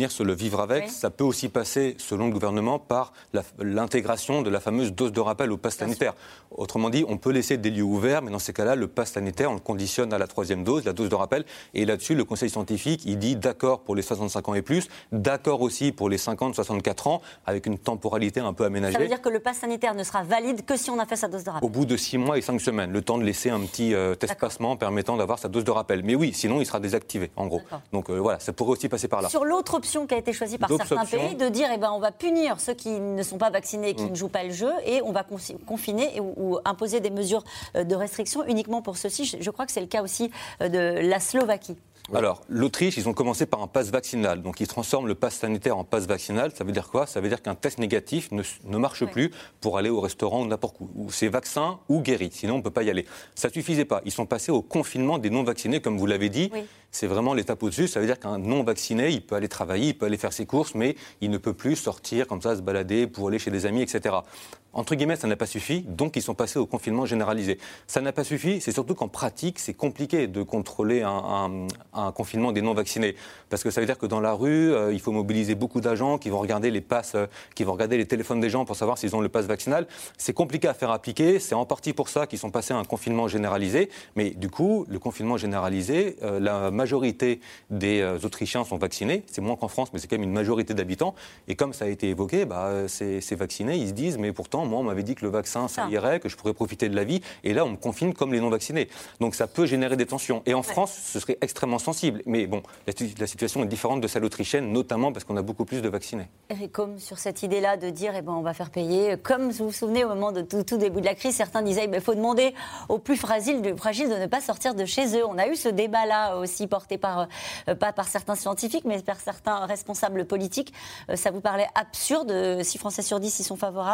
vivre avec. Oui. Ça peut aussi passer, selon le gouvernement, par la, l'intégration de la fameuse dose de rappel au pass sanitaire. Autrement dit, on peut laisser des lieux ouverts, mais dans ces cas-là, le pass sanitaire, on le conditionne à la troisième dose, la dose de rappel. Et là-dessus, le Conseil scientifique, il dit d'accord pour les soixante-cinq ans et plus, d'accord aussi pour les cinquante soixante-quatre ans, avec une temporalité un peu aménagée.
Ça veut dire que le pass sanitaire ne sera valide que si on a fait sa dose de rappel.
Au bout de six mois et cinq semaines, le temps de laisser un petit euh, test D'accord. passement permettant d'avoir sa dose de rappel. Mais oui, sinon il sera désactivé, en gros. D'accord. Donc euh, voilà, ça pourrait aussi passer par là.
Sur l'autre option qui a été choisie par D'autres certains options. pays, de dire eh ben, on va punir ceux qui ne sont pas vaccinés et qui mmh. ne jouent pas le jeu, et on va confiner et, ou, ou imposer des mesures de restriction uniquement pour ceux-ci. Je, je crois que c'est le cas aussi de la Slovaquie.
Ouais. Alors, l'Autriche, ils ont commencé par un pass vaccinal. Donc, ils transforment le pass sanitaire en pass vaccinal. Ça veut dire quoi ? Ça veut dire qu'un test négatif ne, ne marche ouais. plus pour aller au restaurant ou n'importe où. C'est vaccin ou guéri. Sinon, on ne peut pas y aller. Ça ne suffisait pas. Ils sont passés au confinement des non-vaccinés, comme vous l'avez dit. Oui. C'est vraiment l'étape au-dessus. Ça veut dire qu'un non-vacciné, il peut aller travailler, il peut aller faire ses courses, mais il ne peut plus sortir comme ça, se balader pour aller chez des amis, et cetera. Entre guillemets, ça n'a pas suffi, donc ils sont passés au confinement généralisé. Ça n'a pas suffi, c'est surtout qu'en pratique, c'est compliqué de contrôler un, un, un confinement des non-vaccinés. Parce que ça veut dire que dans la rue, euh, il faut mobiliser beaucoup d'agents qui vont regarder les passes, euh, qui vont regarder les téléphones des gens pour savoir s'ils ont le pass vaccinal. C'est compliqué à faire appliquer, c'est en partie pour ça qu'ils sont passés à un confinement généralisé. Mais du coup, le confinement généralisé, euh, la majorité des euh, Autrichiens sont vaccinés. C'est moins qu'en France, mais c'est quand même une majorité d'habitants. Et comme ça a été évoqué, bah, c'est, c'est vacciné, ils se disent, mais pourtant, moi, on m'avait dit que le vaccin, ça irait, que je pourrais profiter de la vie. Et là, on me confine comme les non-vaccinés. Donc, ça peut générer des tensions. Et en ouais. France, ce serait extrêmement sensible. Mais bon, la, la situation est différente de celle autrichienne, notamment parce qu'on a beaucoup plus de vaccinés.
Eric, comme sur cette idée-là de dire, eh ben, on va faire payer, comme vous vous souvenez, au moment de tout, tout début de la crise, certains disaient, il ben, faut demander aux plus fragiles de, fragiles de ne pas sortir de chez eux. On a eu ce débat-là aussi porté par, euh, pas par certains scientifiques, mais par certains responsables politiques. Euh, ça vous paraît absurde, six Français sur dix y sont favorables ?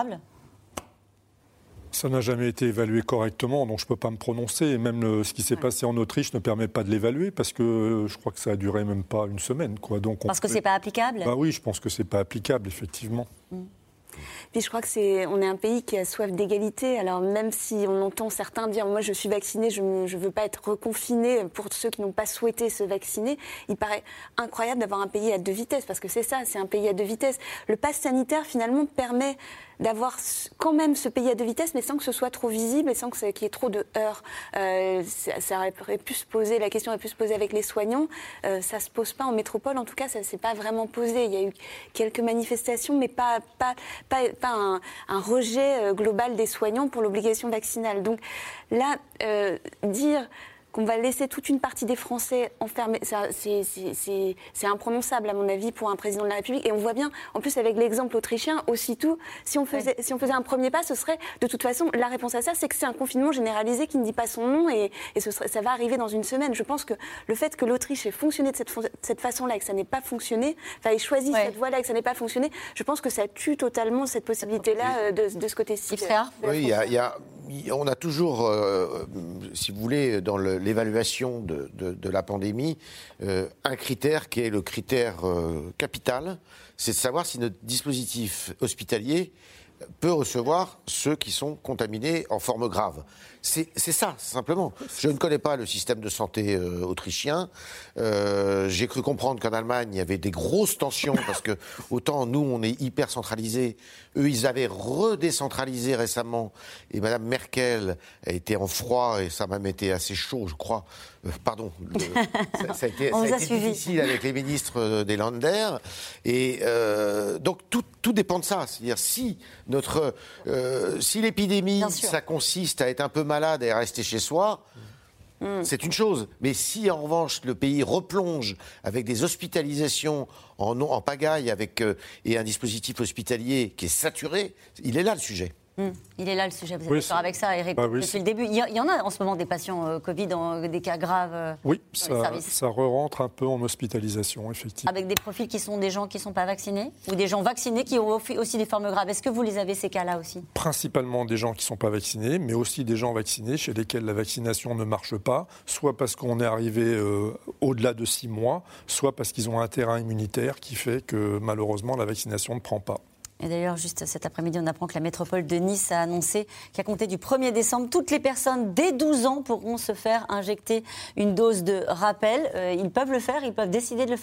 Ça n'a jamais été évalué correctement, donc je ne peux pas me prononcer. Et même le, ce qui s'est ouais. passé en Autriche ne permet pas de l'évaluer, parce que euh, je crois que ça a duré même pas une semaine. Quoi. Donc on
parce que ce n'est pas applicable ?
Bah oui, je pense que ce n'est pas applicable, effectivement.
Mmh. Puis je crois que c'est, on est un pays qui a soif d'égalité. Alors même si on entend certains dire moi je suis vacciné, je ne veux pas être reconfiné, pour ceux qui n'ont pas souhaité se vacciner, il paraît incroyable d'avoir un pays à deux vitesses, parce que c'est ça, c'est un pays à deux vitesses. Le pass sanitaire finalement permet d'avoir quand même ce pays à deux vitesses, mais sans que ce soit trop visible et sans qu'il y ait trop de heurts. Euh, ça, ça aurait pu se poser, la question aurait pu se poser avec les soignants. Euh, ça ne se pose pas en métropole, en tout cas, ça ne s'est pas vraiment posé. Il y a eu quelques manifestations, mais pas, pas, pas, pas un, un rejet global des soignants pour l'obligation vaccinale. Donc là, euh, dire qu'on va laisser toute une partie des Français enfermés, ça, c'est, c'est, c'est, c'est imprononçable à mon avis pour un président de la République. Et on voit bien, en plus avec l'exemple autrichien, aussitôt, si on faisait, oui. si on faisait un premier pas, ce serait, de toute façon, la réponse à ça, c'est que c'est un confinement généralisé qui ne dit pas son nom et, et ce serait, ça va arriver dans une semaine. Je pense que le fait que l'Autriche ait fonctionné de cette, de cette façon-là et que ça n'ait pas fonctionné, enfin, ait choisi ouais. cette voie-là et que ça n'ait pas fonctionné, je pense que ça tue totalement cette possibilité-là de, de ce côté-ci.
Oui, il y a... Y a... On a toujours, euh, si vous voulez, dans le, l'évaluation de, de, de la pandémie, euh, un critère qui est le critère euh, capital, c'est de savoir si notre dispositif hospitalier peut recevoir ceux qui sont contaminés en forme grave. C'est, c'est ça, simplement. Je ne connais pas le système de santé euh, autrichien. Euh, j'ai cru comprendre qu'en Allemagne, il y avait des grosses tensions parce que autant nous, on est hyper centralisés, eux, ils avaient redécentralisé récemment. Et Madame Merkel a été en froid et ça m'a même été assez chaud, je crois. Euh, pardon. Le, ça, ça a été, ça a été difficile avec les ministres des Länder. Et euh, donc tout, tout dépend de ça. C'est-à-dire si notre, euh, si l'épidémie, ça consiste à être un peu malade et à rester chez soi, mmh. c'est une chose. Mais si, en revanche, le pays replonge avec des hospitalisations en, en pagaille avec, euh, et un dispositif hospitalier qui est saturé, il est là le sujet.
Mmh. Il est là le sujet, vous êtes
oui,
d'accord avec ça, Eric,
bah oui,
depuis le début. Il y en a en ce moment des patients euh, Covid, en, des cas graves euh,
oui,
dans les
ça,
services.
ça re-rentre un peu en hospitalisation, effectivement.
Avec des profils qui sont des gens qui ne sont pas vaccinés ou des gens vaccinés qui ont aussi des formes graves. Est-ce que vous les avez, ces cas-là aussi ?
Principalement des gens qui ne sont pas vaccinés, mais aussi des gens vaccinés chez lesquels la vaccination ne marche pas, soit parce qu'on est arrivé euh, au-delà de six mois, soit parce qu'ils ont un terrain immunitaire qui fait que malheureusement la vaccination ne prend pas.
Et d'ailleurs, juste cet après-midi, on apprend que la métropole de Nice a annoncé qu'à compter du premier décembre, toutes les personnes dès douze ans pourront se faire injecter une dose de rappel. Euh, ils peuvent le faire ? Ils peuvent décider de le faire ?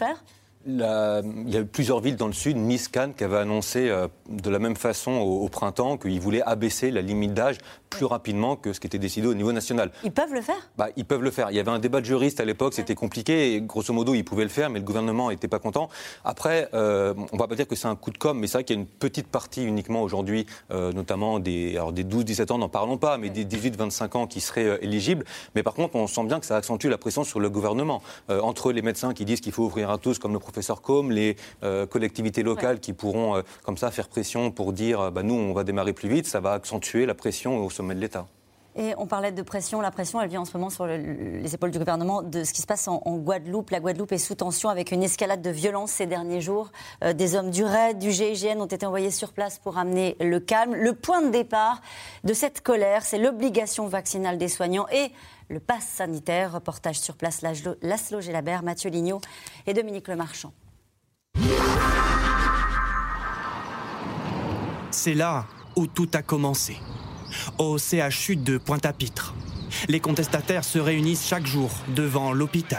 La, il y a eu plusieurs villes dans le sud, Nice, Cannes, qui avaient annoncé euh, de la même façon au, au printemps qu'ils voulaient abaisser la limite d'âge plus rapidement que ce qui était décidé au niveau national.
Ils peuvent le faire ?
Bah, ils peuvent le faire. Il y avait un débat de juristes à l'époque, c'était compliqué, et grosso modo, ils pouvaient le faire, mais le gouvernement n'était pas content. Après, euh, on ne va pas dire que c'est un coup de com', mais c'est vrai qu'il y a une petite partie uniquement aujourd'hui, euh, notamment des, alors des douze dix-sept ans, n'en parlons pas, mais des dix-huit vingt-cinq ans qui seraient euh, éligibles. Mais par contre, on sent bien que ça accentue la pression sur le gouvernement. Euh, entre les médecins qui disent qu'il faut ouvrir à tous, comme le professeur Combe, les euh, collectivités locales ouais. qui pourront, euh, comme ça, faire pression pour dire euh, bah, nous, on va démarrer plus vite, ça va accentuer la pression au sommet de l'État.
Et on parlait de pression. La pression, elle vient en ce moment sur le, les épaules du gouvernement de ce qui se passe en, en Guadeloupe. La Guadeloupe est sous tension avec une escalade de violence ces derniers jours. Euh, des hommes du R A I D, du G I G N ont été envoyés sur place pour amener le calme. Le point de départ de cette colère, c'est l'obligation vaccinale des soignants et le pass sanitaire. Reportage sur place, Laszlo Gelabert, Mathieu Lignot et Dominique Lemarchand.
C'est là où tout a commencé. Au C H U de Pointe-à-Pitre. Les contestataires se réunissent chaque jour devant l'hôpital.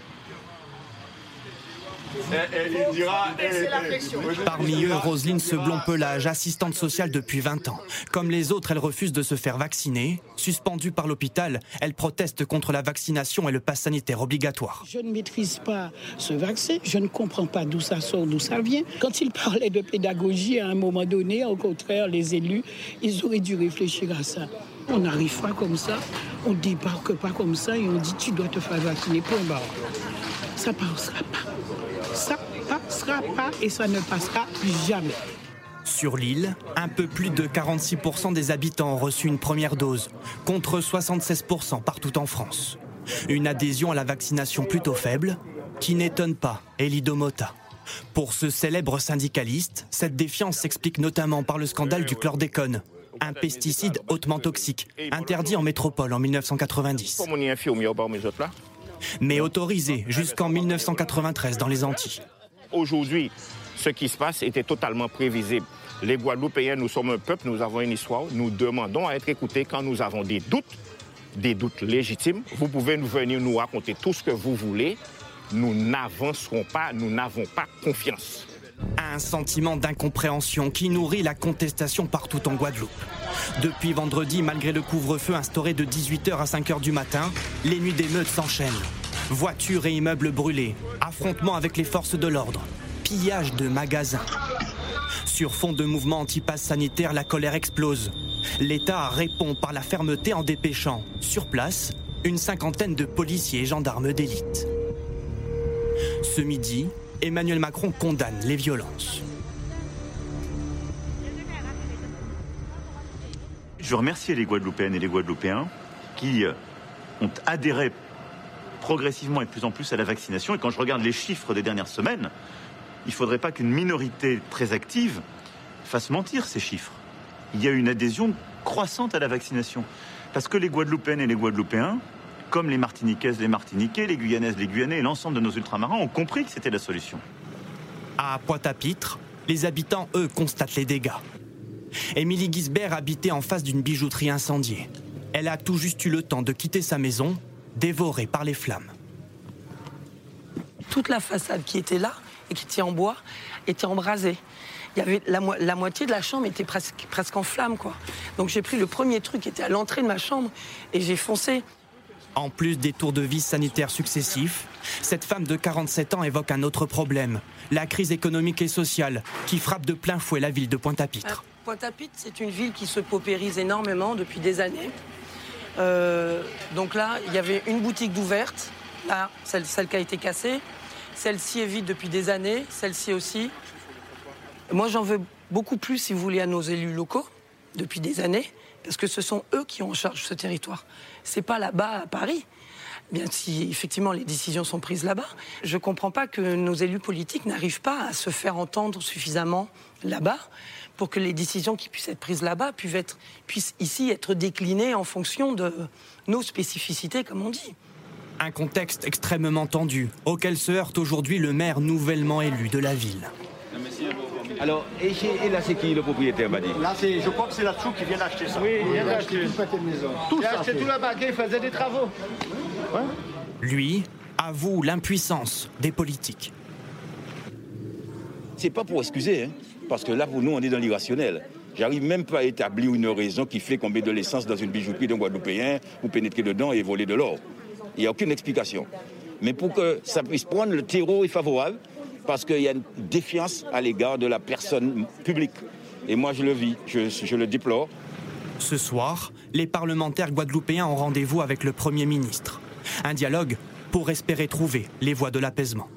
Parmi eux, Roselyne Seblon-Pelage, assistante sociale depuis vingt ans. Comme les autres, elle refuse de se faire vacciner. Suspendue par l'hôpital, elle proteste contre la vaccination et le pass sanitaire obligatoire.
Je ne maîtrise pas ce vaccin, je ne comprends pas d'où ça sort, d'où ça vient. Quand il parlait de pédagogie, à un moment donné, au contraire, les élus, ils auraient dû réfléchir à ça. On n'arrive pas comme ça, on ne débarque pas comme ça et on dit tu dois te faire vacciner, point barre. Ça ne passera pas. Ça ne passera pas et ça ne passera jamais.
Sur l'île, un peu plus de quarante-six pour cent des habitants ont reçu une première dose, contre soixante-seize pour cent partout en France. Une adhésion à la vaccination plutôt faible, qui n'étonne pas Elie Domota. Pour ce célèbre syndicaliste, cette défiance s'explique notamment par le scandale du chlordécone, un pesticide hautement toxique, interdit en métropole en mille neuf cent quatre-vingt-dix. Mais autorisé jusqu'en mille neuf cent quatre-vingt-treize dans les Antilles.
Aujourd'hui, ce qui se passe était totalement prévisible. Les Guadeloupéens, nous sommes un peuple, nous avons une histoire, nous demandons à être écoutés quand nous avons des doutes, des doutes légitimes. Vous pouvez nous venir nous raconter tout ce que vous voulez, nous n'avancerons pas, nous n'avons pas confiance.
Un sentiment d'incompréhension qui nourrit la contestation partout en Guadeloupe. Depuis vendredi, malgré le couvre-feu instauré de dix-huit heures à cinq heures du matin, les nuits d'émeutes s'enchaînent. Voitures et immeubles brûlés, affrontements avec les forces de l'ordre, pillage de magasins. Sur fond de mouvements anti-pass sanitaire, la colère explose. L'État répond par la fermeté en dépêchant, sur place, une cinquantaine de policiers et gendarmes d'élite. Ce midi, Emmanuel Macron condamne les violences.
Je veux remercier les Guadeloupéennes et les Guadeloupéens qui ont adhéré progressivement et de plus en plus à la vaccination. Et quand je regarde les chiffres des dernières semaines, il ne faudrait pas qu'une minorité très active fasse mentir ces chiffres. Il y a une adhésion croissante à la vaccination. Parce que les Guadeloupéennes et les Guadeloupéens, comme les Martiniquaises, les Martiniquais, les Guyanaises, les Guyanais et l'ensemble de nos ultramarins ont compris que c'était la solution.
À Pointe-à-Pitre, les habitants, eux, constatent les dégâts. Émilie Guisbert habitait en face d'une bijouterie incendiée. Elle a tout juste eu le temps de quitter sa maison, dévorée par les flammes.
Toute la façade qui était là et qui était en bois était embrasée. Il y avait la, mo- la moitié de la chambre était presque, presque en flammes, quoi. Donc j'ai pris le premier truc qui était à l'entrée de ma chambre et j'ai foncé.
En plus des tours de vis sanitaires successifs, cette femme de quarante-sept ans évoque un autre problème, la crise économique et sociale qui frappe de plein fouet la ville de Pointe-à-Pitre.
Pointe-à-Pitre, c'est une ville qui se paupérise énormément depuis des années. Euh, donc là, il y avait une boutique d'ouverte, là, celle, celle qui a été cassée. Celle-ci est vide depuis des années, celle-ci aussi. Moi, j'en veux beaucoup plus, si vous voulez, à nos élus locaux, depuis des années, parce que ce sont eux qui ont en charge ce territoire. C'est pas là-bas, à Paris. Bien si, effectivement, les décisions sont prises là-bas. Je comprends pas que nos élus politiques n'arrivent pas à se faire entendre suffisamment là-bas pour que les décisions qui puissent être prises là-bas puissent, être, puissent ici être déclinées en fonction de nos spécificités, comme on dit.
Un contexte extrêmement tendu, auquel se heurte aujourd'hui le maire nouvellement élu de la ville.
Alors, et, et là, c'est qui le propriétaire, m'a dit?
Là, c'est, je crois que c'est la Tsou qui vient d'acheter ça. Oui, il vient d'acheter toute petite maison. Tout il a acheté tout là-bas, il faisait des travaux. Ouais.
Lui avoue l'impuissance des politiques.
c'est pas pour excuser, hein, parce que là, pour nous, on est dans l'irrationnel. J'arrive même pas à établir une raison qui fait qu'on met de l'essence dans une bijouterie d'un Guadeloupéen, ou pénétrer dedans et voler de l'or. Il n'y a aucune explication. Mais pour que ça puisse prendre, le terreau est favorable, parce qu'il y a une défiance à l'égard de la personne publique. Et moi, je le vis, je, je le déplore.
Ce soir, les parlementaires guadeloupéens ont rendez-vous avec le Premier ministre. Un dialogue pour espérer trouver les voies de l'apaisement.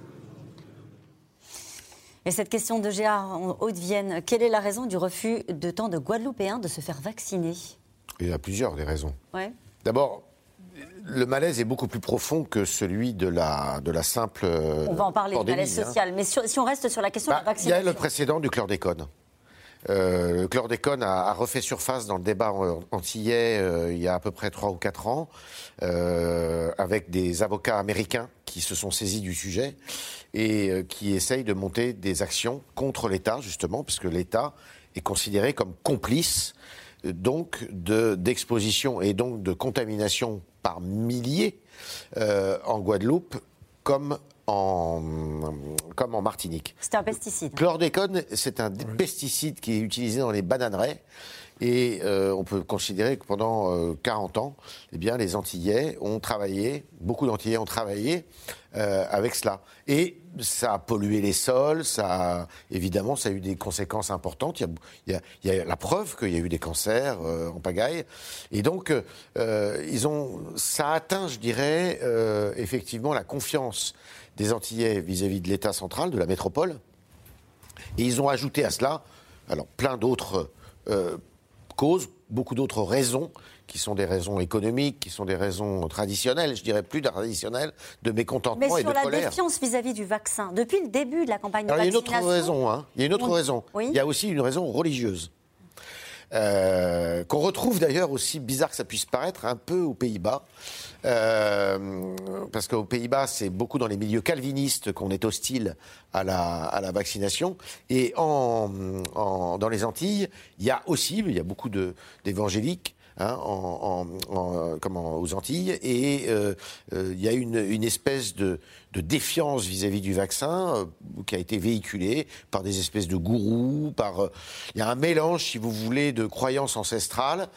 Et cette question de Gérard en Haute-Vienne, quelle est la raison du refus de tant de Guadeloupéens de se faire vacciner?
Il y a plusieurs des raisons.
Ouais.
D'abord, le malaise est beaucoup plus profond que celui de la, de la simple
On va en parler,
pandémie,
du malaise social. Hein. Mais sur, si on reste sur la question
bah,
de la vaccination...
Il y a le précédent du chlordécone. Euh, le chlordécone a, a refait surface dans le débat antillais euh, il y a à peu près trois ou quatre ans, euh, avec des avocats américains qui se sont saisis du sujet et euh, qui essayent de monter des actions contre l'État, justement, puisque l'État est considéré comme complice euh, donc de, d'exposition et donc de contamination par milliers euh, en Guadeloupe comme En, comme en Martinique.
C'est un pesticide.
Chlordécone, c'est un oui. pesticide qui est utilisé dans les bananeraies. Et euh, on peut considérer que pendant euh, quarante ans, eh bien, les Antillais ont travaillé, beaucoup d'Antillais ont travaillé euh, avec cela. Et ça a pollué les sols, ça a, évidemment, ça a eu des conséquences importantes. Il y a, il y a, il y a la preuve qu'il y a eu des cancers euh, en pagaille. Et donc, euh, ils ont, ça a atteint, je dirais, euh, effectivement, la confiance des Antillais vis-à-vis de l'État central, de la métropole. Et ils ont ajouté à cela, alors, plein d'autres euh, causes, beaucoup d'autres raisons, qui sont des raisons économiques, qui sont des raisons traditionnelles, je dirais plus traditionnelles, de mécontentement et de colère.
Mais sur la défiance vis-à-vis du vaccin, depuis le début de la campagne de
alors,
vaccination...
Il y a une autre raison, hein. Il y a une autre
on...
raison.
Oui.
Il y a aussi une raison religieuse. Euh, qu'on retrouve d'ailleurs, aussi bizarre que ça puisse paraître, un peu aux Pays-Bas. Euh, parce qu'aux Pays-Bas, c'est beaucoup dans les milieux calvinistes qu'on est hostile à la, à la vaccination. Et en, en, dans les Antilles, il y a aussi, il y a beaucoup de, d'évangéliques, Hein, en, en, en, comment, aux Antilles, et euh, euh, il y a une, une espèce de, de défiance vis-à-vis du vaccin euh, qui a été véhiculée par des espèces de gourous, par euh, il y a un mélange, si vous voulez, de croyances ancestrales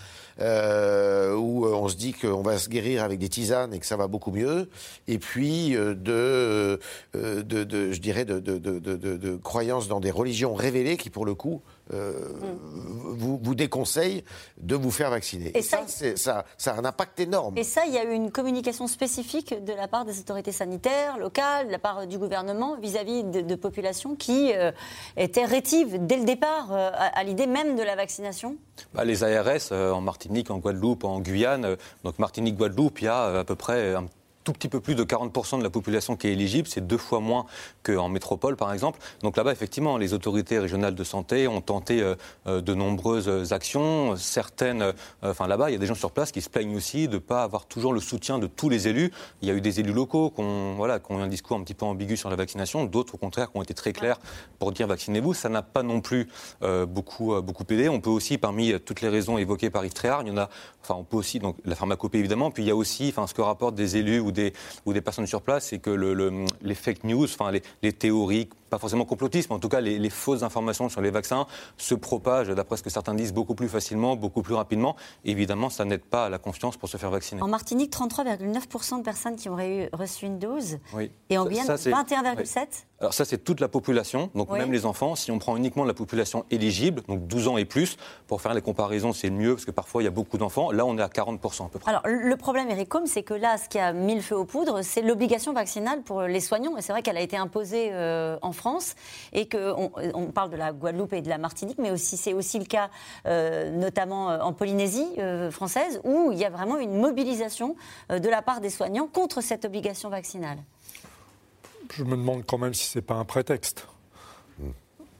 euh, où on se dit qu'on va se guérir avec des tisanes et que ça va beaucoup mieux, et puis euh, de, euh, de, de, je dirais, de, de, de, de, de croyances dans des religions révélées qui, pour le coup, Euh, mm. vous, vous déconseille de vous faire vacciner. Et, et ça, ça, c'est, ça, ça a un impact énorme.
Et ça, il y a eu une communication spécifique de la part des autorités sanitaires locales, de la part du gouvernement, vis-à-vis de, de populations qui euh, étaient rétives dès le départ euh, à, à l'idée même de la vaccination.
Bah, les A R S euh, en Martinique, en Guadeloupe, en Guyane, euh, donc Martinique-Guadeloupe, il y a euh, à peu près un tout petit peu plus de quarante pour cent de la population qui est éligible, c'est deux fois moins qu'en métropole par exemple. Donc là-bas, effectivement, les autorités régionales de santé ont tenté euh, de nombreuses actions. Certaines, euh, enfin là-bas, il y a des gens sur place qui se plaignent aussi de ne pas avoir toujours le soutien de tous les élus. Il y a eu des élus locaux qui ont, voilà, qui ont eu un discours un petit peu ambigu sur la vaccination, d'autres au contraire qui ont été très clairs pour dire vaccinez-vous. Ça n'a pas non plus euh, beaucoup, euh, beaucoup aidé. On peut aussi, parmi toutes les raisons évoquées par Yves Tréhard, il y en a, enfin on peut aussi, donc la pharmacopée évidemment, puis il y a aussi, enfin ce que rapportent des élus ou Des, ou des personnes sur place, c'est que le, le, les fake news, enfin les, les théories, pas forcément complotistes, mais en tout cas les, les fausses informations sur les vaccins se propagent, d'après ce que certains disent, beaucoup plus facilement, beaucoup plus rapidement. Évidemment, ça n'aide pas à la confiance pour se faire vacciner.
En Martinique, trente-trois virgule neuf pour cent de personnes qui auraient reçu une dose.
Oui.
Et en Guyane, vingt et un virgule sept pour cent.
Oui. Alors ça, c'est toute la population, donc oui. Même les enfants. Si on prend uniquement la population éligible, donc douze ans et plus, pour faire les comparaisons, c'est mieux, parce que parfois, il y a beaucoup d'enfants. Là, on est à quarante pour cent à peu près.
Alors, le problème, Eric Combe, c'est que là, ce qui a mis le feu aux poudres, c'est l'obligation vaccinale pour les soignants. Et c'est vrai qu'elle a été imposée euh, en France, et qu'on on parle de la Guadeloupe et de la Martinique, mais aussi, c'est aussi le cas, euh, notamment en Polynésie euh, française, où il y a vraiment une mobilisation euh, de la part des soignants contre cette obligation vaccinale.
Je me demande quand même si ce n'est pas un prétexte.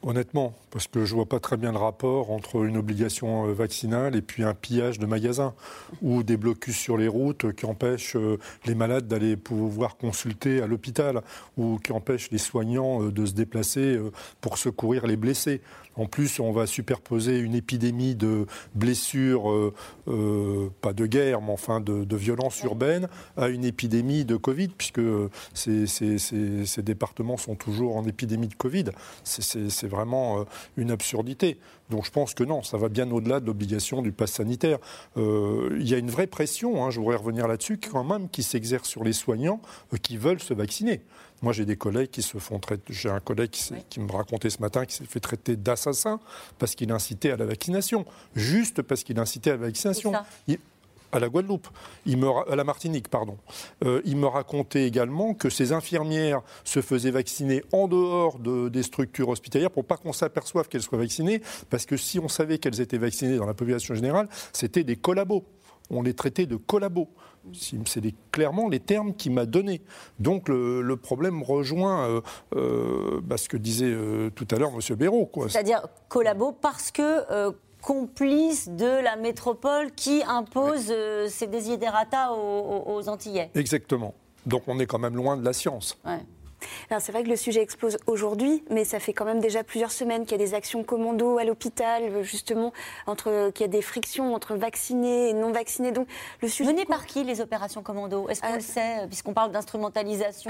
Honnêtement, parce que je ne vois pas très bien le rapport entre une obligation vaccinale et puis un pillage de magasins ou des blocus sur les routes qui empêchent les malades d'aller pouvoir consulter à l'hôpital ou qui empêchent les soignants de se déplacer pour secourir les blessés. En plus, on va superposer une épidémie de blessures, euh, euh, pas de guerre, mais enfin de, de violence urbaine, à une épidémie de Covid, puisque ces, ces, ces, ces départements sont toujours en épidémie de Covid. C'est, c'est, c'est vraiment euh, une absurdité. Donc je pense que non, ça va bien au-delà de l'obligation du pass sanitaire. Euh, il y a une vraie pression, hein, je voudrais revenir là-dessus, quand même, qui s'exerce sur les soignants euh, qui veulent se vacciner. Moi, j'ai des collègues qui se font traiter. J'ai un collègue qui, oui. qui me racontait ce matin qu'il s'est fait traiter d'assassin parce qu'il incitait à la vaccination. Juste parce qu'il incitait à la vaccination. Il, à la Guadeloupe, il me, à la Martinique, pardon. Euh, il me racontait également que ces infirmières se faisaient vacciner en dehors de, des structures hospitalières pour pas qu'on s'aperçoive qu'elles soient vaccinées, parce que si on savait qu'elles étaient vaccinées dans la population générale, c'était des collabos. On les traitait de collabos. C'est les, clairement les termes qu'il m'a donnés. Donc le, le problème rejoint euh, euh, bah, ce que disait euh, tout à l'heure M. Béraud.
C'est-à-dire collabos parce que euh, complices de la métropole qui impose ouais. euh, ses desiderata aux, aux, aux Antillais.
Exactement. Donc on est quand même loin de la science.
Ouais.
Alors, c'est vrai que le sujet explose aujourd'hui, mais ça fait quand même déjà plusieurs semaines qu'il y a des actions commando à l'hôpital, justement, entre, qu'il y a des frictions entre vaccinés et non vaccinés. Donc, le sujet...
Menées par qui, les opérations commando ? Est-ce qu'on euh, le sait, puisqu'on parle d'instrumentalisation ?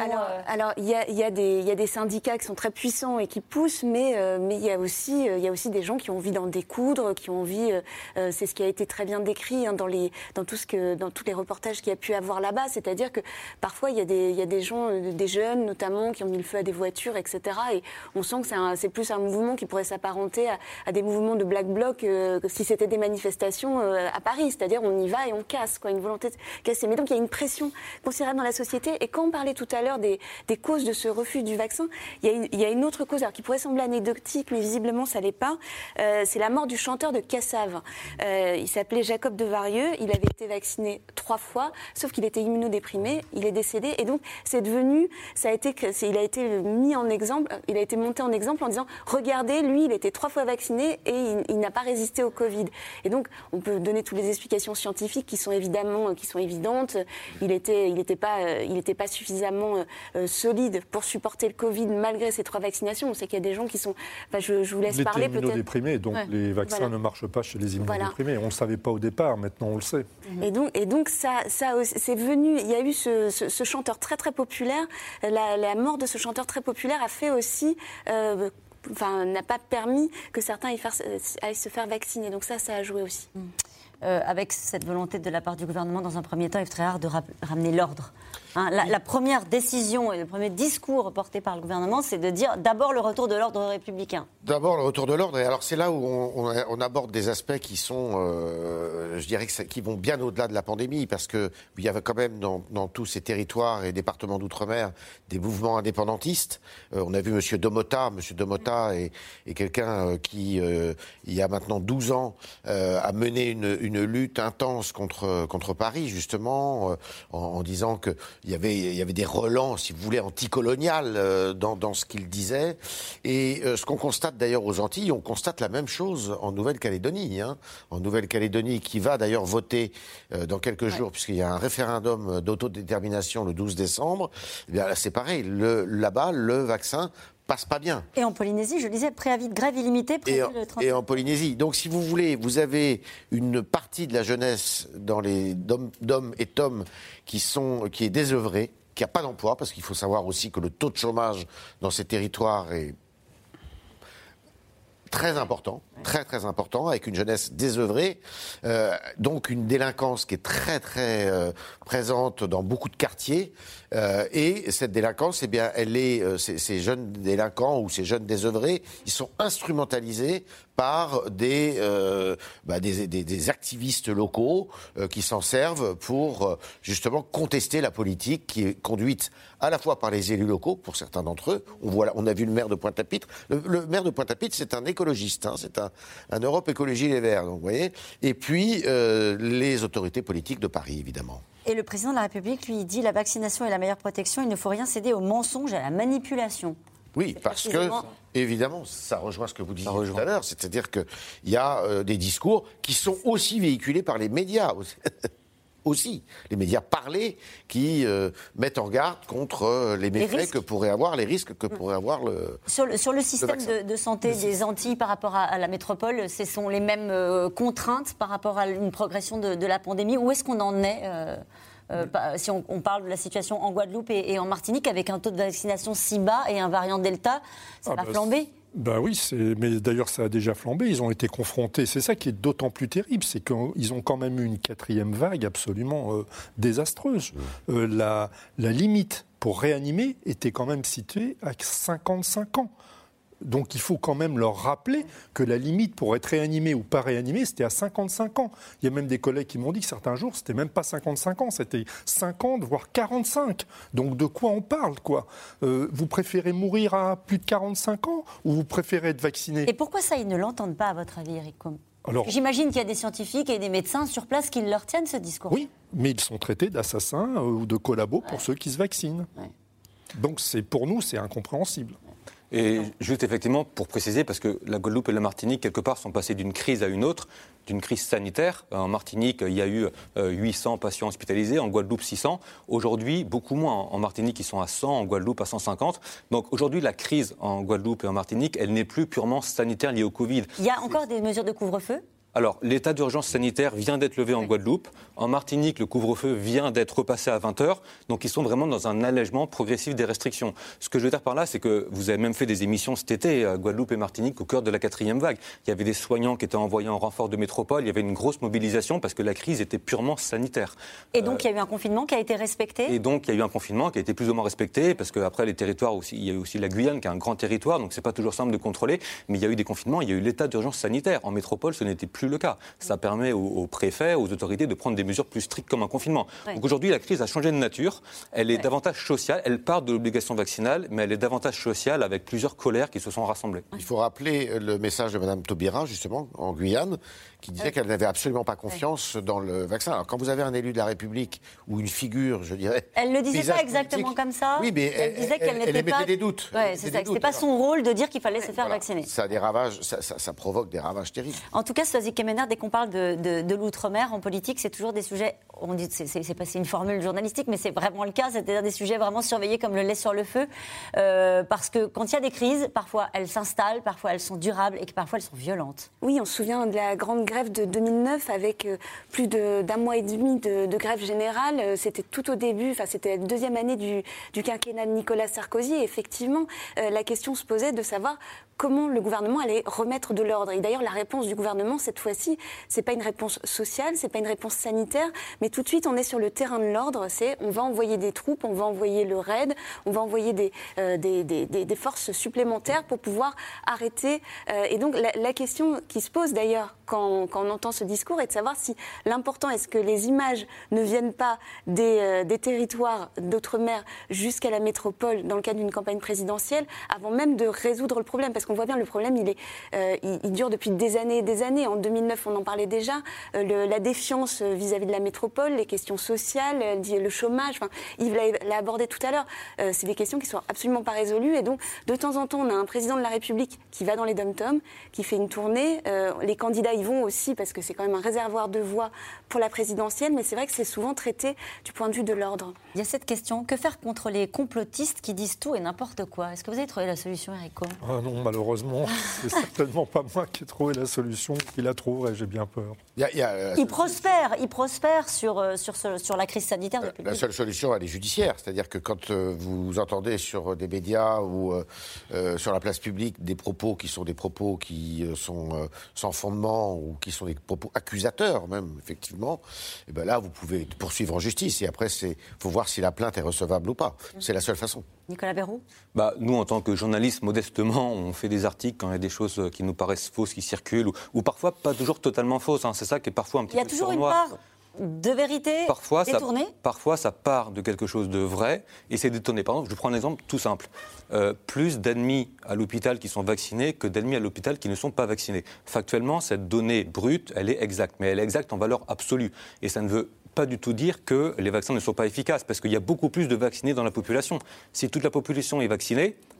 Alors,
euh...
alors il, y a, il, y a des, il y a des syndicats qui sont très puissants et qui poussent, mais, euh, mais il, y a aussi, euh, il y a aussi des gens qui ont envie d'en découdre, qui ont envie... Euh, c'est ce qui a été très bien décrit hein, dans, les, dans, tout ce que, dans tous les reportages qu'il y a pu avoir là-bas. C'est-à-dire que parfois, il y a des, il y a des gens, des jeunes notamment, qui ont mis le feu à des voitures, et cetera. Et on sent que c'est, un, c'est plus un mouvement qui pourrait s'apparenter à, à des mouvements de Black Bloc euh, si c'était des manifestations euh, à Paris. C'est-à-dire on y va et on casse, quoi, une volonté de casser. Mais donc il y a une pression considérable dans la société. Et quand on parlait tout à l'heure des, des causes de ce refus du vaccin, il y a une, il y a une autre cause alors, qui pourrait sembler anecdotique, mais visiblement ça l'est pas. Euh, c'est la mort du chanteur de Cassave. Euh, il s'appelait Jacob Devarieux. Il avait été vacciné trois fois, sauf qu'il était immunodéprimé. Il est décédé. Et donc c'est devenu, ça a été, c'est, il a été mis en exemple, il a été monté en exemple en disant regardez, lui, il était trois fois vacciné et il, il n'a pas résisté au Covid. Et donc, on peut donner toutes les explications scientifiques qui sont évidemment, qui sont évidentes. Il était, il n'était pas, il n'était pas suffisamment euh, solide pour supporter le Covid malgré ses trois vaccinations. On sait qu'il y a des gens qui sont. Enfin, je, je vous laisse
il
parler
peut-être. Il était immunodéprimé, donc ouais. les vaccins voilà. ne marchent pas chez les immunodéprimés. Voilà. On ne le savait pas au départ, maintenant on le sait.
Et donc, et donc ça, ça, c'est venu. Il y a eu ce, ce, ce chanteur très très populaire. La, la mort de ce chanteur très populaire a fait aussi, euh, enfin, n'a pas permis que certains aillent, faire, aillent se faire vacciner. Donc ça, ça a joué aussi.
Mmh. Euh, avec cette volonté de la part du gouvernement, dans un premier temps, Yves Tréhard, de ra- ramener l'ordre. Hein, la, la première décision et le premier discours porté par le gouvernement, c'est de dire d'abord le retour de l'ordre républicain.
D'abord le retour de l'ordre, et alors c'est là où on, on, on aborde des aspects qui sont, euh, je dirais, que ça, qui vont bien au-delà de la pandémie, parce qu'il y avait quand même dans, dans tous ces territoires et départements d'outre-mer des mouvements indépendantistes. Euh, on a vu M. Domota, M. Domota est, est quelqu'un euh, qui, euh, il y a maintenant douze ans, euh, a mené une, une lutte intense contre, contre Paris, justement, euh, en, en disant que Il y, avait, il y avait des relents, si vous voulez, anticoloniales euh, dans, dans ce qu'il disait. Et euh, ce qu'on constate d'ailleurs aux Antilles, on constate la même chose en Nouvelle-Calédonie. Hein. En Nouvelle-Calédonie, qui va d'ailleurs voter euh, dans quelques jours, ouais. puisqu'il y a un référendum d'autodétermination le douze décembre. Eh bien, là, c'est pareil. Le, là-bas, le vaccin passe pas bien.
Et en Polynésie, je disais, préavis de grève illimité prévu
et en,
le trente.
Et en Polynésie. Donc, si vous voulez, vous avez une partie de la jeunesse dans les d'hommes, d'hommes et tomes qui sont qui est désœuvrée, qui n'a pas d'emploi, parce qu'il faut savoir aussi que le taux de chômage dans ces territoires est très important, très très important, avec une jeunesse désœuvrée, euh, donc une délinquance qui est très très euh, présente dans beaucoup de quartiers, euh, et cette délinquance, eh bien, elle est, euh, ces, ces jeunes délinquants ou ces jeunes désœuvrés, ils sont instrumentalisés par des, euh, bah, des, des, des activistes locaux euh, qui s'en servent pour euh, justement contester la politique qui est conduite à la fois par les élus locaux, pour certains d'entre eux. On, voit, on a vu le maire de Pointe-à-Pitre. Le, le maire de Pointe-à-Pitre, c'est un écologiste, hein, c'est un, un Europe Écologie Les Verts, donc, vous voyez. Et puis euh, les autorités politiques de Paris, évidemment.
Et le président de la République, lui, dit la vaccination est la meilleure protection, il ne faut rien céder aux mensonges et à la manipulation.
Oui, parce que, évidemment, ça rejoint ce que vous disiez tout à l'heure, c'est-à-dire qu'il y a euh, des discours qui sont aussi véhiculés par les médias. Aussi, les médias parlés qui euh, mettent en garde contre euh, les méfaits les que pourrait avoir, les risques que pourrait avoir le
Sur le, sur le système le de, de santé le des Antilles par rapport à, à la métropole, ce sont les mêmes euh, contraintes par rapport à une progression de, de la pandémie. Où est-ce qu'on en est euh, euh, si on, on parle de la situation en Guadeloupe et, et en Martinique, avec un taux de vaccination si bas et un variant Delta, ça ah va bah flamber.
Ben oui, c'est... mais d'ailleurs ça a déjà flambé, ils ont été confrontés, c'est ça qui est d'autant plus terrible, c'est qu'ils ont quand même eu une quatrième vague absolument euh, désastreuse. Mmh. Euh, la, la limite pour réanimer était quand même située à cinquante-cinq ans. Donc il faut quand même leur rappeler que la limite pour être réanimé ou pas réanimé, c'était à cinquante-cinq ans. Il y a même des collègues qui m'ont dit que certains jours, c'était même pas cinquante-cinq ans, c'était cinquante, voire quarante-cinq. Donc de quoi on parle, quoi euh, Vous préférez mourir à plus de quarante-cinq ans ou vous préférez être vacciné?
Et pourquoi ça, ils ne l'entendent pas, à votre avis, Éric Côme?
Alors,
j'imagine qu'il y a des scientifiques et des médecins sur place qui leur tiennent ce discours.
Oui, mais ils sont traités d'assassins ou de collabos pour ouais. ceux qui se vaccinent. Ouais. Donc c'est, pour nous, c'est incompréhensible.
Et juste effectivement, pour préciser, parce que la Guadeloupe et la Martinique, quelque part, sont passées d'une crise à une autre, d'une crise sanitaire. En Martinique, il y a eu huit cents patients hospitalisés, en Guadeloupe, six cents. Aujourd'hui, beaucoup moins. En Martinique, ils sont à cent, en Guadeloupe, à cent cinquante. Donc aujourd'hui, la crise en Guadeloupe et en Martinique, elle n'est plus purement sanitaire liée au Covid.
Il y a encore des mesures de couvre-feu ?
Alors, l'état d'urgence sanitaire vient d'être levé en oui. Guadeloupe. En Martinique, le couvre-feu vient d'être repassé à vingt heures. Donc, ils sont vraiment dans un allègement progressif des restrictions. Ce que je veux dire par là, c'est que vous avez même fait des émissions cet été à Guadeloupe et Martinique au cœur de la quatrième vague. Il y avait des soignants qui étaient envoyés en renfort de métropole. Il y avait une grosse mobilisation parce que la crise était purement sanitaire.
Et donc, euh, il y a eu un confinement qui a été respecté ?
Et donc, il y a eu un confinement qui a été plus ou moins respecté parce qu'après, les territoires aussi, il y a eu aussi la Guyane qui est un grand territoire. Donc, c'est pas toujours simple de contrôler. Mais il y a eu des confinements. Il y a eu l'état d'urgence sanitaire. En métropole, ce n'était plus le cas. Ça permet aux, aux préfets, aux autorités de prendre des mesures plus strictes comme un confinement. Ouais. Donc aujourd'hui, la crise a changé de nature. Elle est ouais. davantage sociale. Elle part de l'obligation vaccinale, mais elle est davantage sociale avec plusieurs colères qui se sont rassemblées.
Il faut rappeler le message de Mme Taubira, justement, en Guyane, qui disait ouais. qu'elle n'avait absolument pas confiance ouais. dans le vaccin. Alors quand vous avez un élu de la République ou une figure, je dirais...
Elle ne le disait pas exactement comme ça.
Oui, mais elle, elle disait qu'elle n'était
elle
pas...
Elle
des doutes.
Ouais, c'est ça. C'était pas son rôle de dire qu'il fallait ouais, se faire
voilà.
vacciner.
Ça a des ravages, ça, ça, ça provoque des ravages terribles.
En tout cas, Soazic Kemener, dès qu'on parle de, de, de l'outre-mer en politique, c'est toujours des sujets, on dit, c'est, c'est, c'est pas c'est une formule journalistique, mais c'est vraiment le cas, c'est-à-dire des sujets vraiment surveillés comme le lait sur le feu, euh, parce que quand il y a des crises, parfois elles s'installent, parfois elles sont durables et que parfois elles sont violentes.
Oui, on se souvient de la grande grève de deux mille neuf avec euh, plus de, d'un mois et demi de, de grève générale. Euh, c'était tout au début, enfin c'était la deuxième année du, du quinquennat de Nicolas Sarkozy. Et effectivement, euh, la question se posait de savoir comment le gouvernement allait remettre de l'ordre. Et d'ailleurs, la réponse du gouvernement, cette fois-ci, c'est pas une réponse sociale, c'est pas une réponse sanitaire, mais tout de suite, on est sur le terrain de l'ordre. C'est on va envoyer des troupes, on va envoyer le raid, on va envoyer des, euh, des, des, des, des forces supplémentaires pour pouvoir arrêter. Euh, et donc, la, la question qui se pose d'ailleurs quand, quand on entend ce discours est de savoir si l'important est-ce que les images ne viennent pas des, euh, des territoires d'outre-mer jusqu'à la métropole dans le cadre d'une campagne présidentielle, avant même de résoudre le problème. Parce qu'on voit bien le problème, il, est, euh, il, il dure depuis des années et des années. En deux mille neuf, on en parlait déjà. Euh, le, la défiance vis-à-vis de la métropole, les questions sociales, le chômage. Enfin, Yves l'a, l'a abordé tout à l'heure. Euh, c'est des questions qui sont absolument pas résolues. Et donc, de temps en temps, on a un président de la République qui va dans les dom-toms, qui fait une tournée. Euh, les candidats y vont aussi parce que c'est quand même un réservoir de voix pour la présidentielle. Mais c'est vrai que c'est souvent traité du point de vue de l'ordre.
Il y a cette question. Que faire contre les complotistes qui disent tout et n'importe quoi ? Est-ce que vous avez trouvé la solution, Éric Côme ?
Ah non, malheureusement, c'est certainement pas moi qui ai trouvé la solution, qui la trouverait, j'ai bien peur.
Il, y a, il, y a, euh, il prospère, il prospère sur, euh, sur, ce, sur la crise sanitaire.
La, la seule solution, elle est judiciaire. C'est-à-dire que quand euh, vous entendez sur des médias ou euh, euh, sur la place publique des propos qui sont des propos qui euh, sont euh, sans fondement ou qui sont des propos accusateurs même, effectivement, et ben là, vous pouvez poursuivre en justice. Et après, il faut voir si la plainte est recevable ou pas. C'est la seule façon.
Nicolas Béraud ?
Bah, nous, en tant que journalistes, modestement, on fait des articles quand il y a des choses qui nous paraissent fausses, qui circulent, ou, ou parfois pas toujours totalement fausses. Hein. C'est ça qui est parfois un petit peu
sournois. Il y a toujours une part de vérité
parfois,
détournée.
Ça, parfois, ça part de quelque chose de vrai et c'est détourné. Par exemple, je prends un exemple tout simple. Euh, plus d'ennemis à l'hôpital qui sont vaccinés que d'ennemis à l'hôpital qui ne sont pas vaccinés. Factuellement, cette donnée brute, elle est exacte, mais elle est exacte en valeur absolue. Et ça ne veut pas du tout dire que les vaccins ne sont pas efficaces, parce qu'il y a beaucoup plus de vaccinés dans la population. Si toute la population est vaccinée,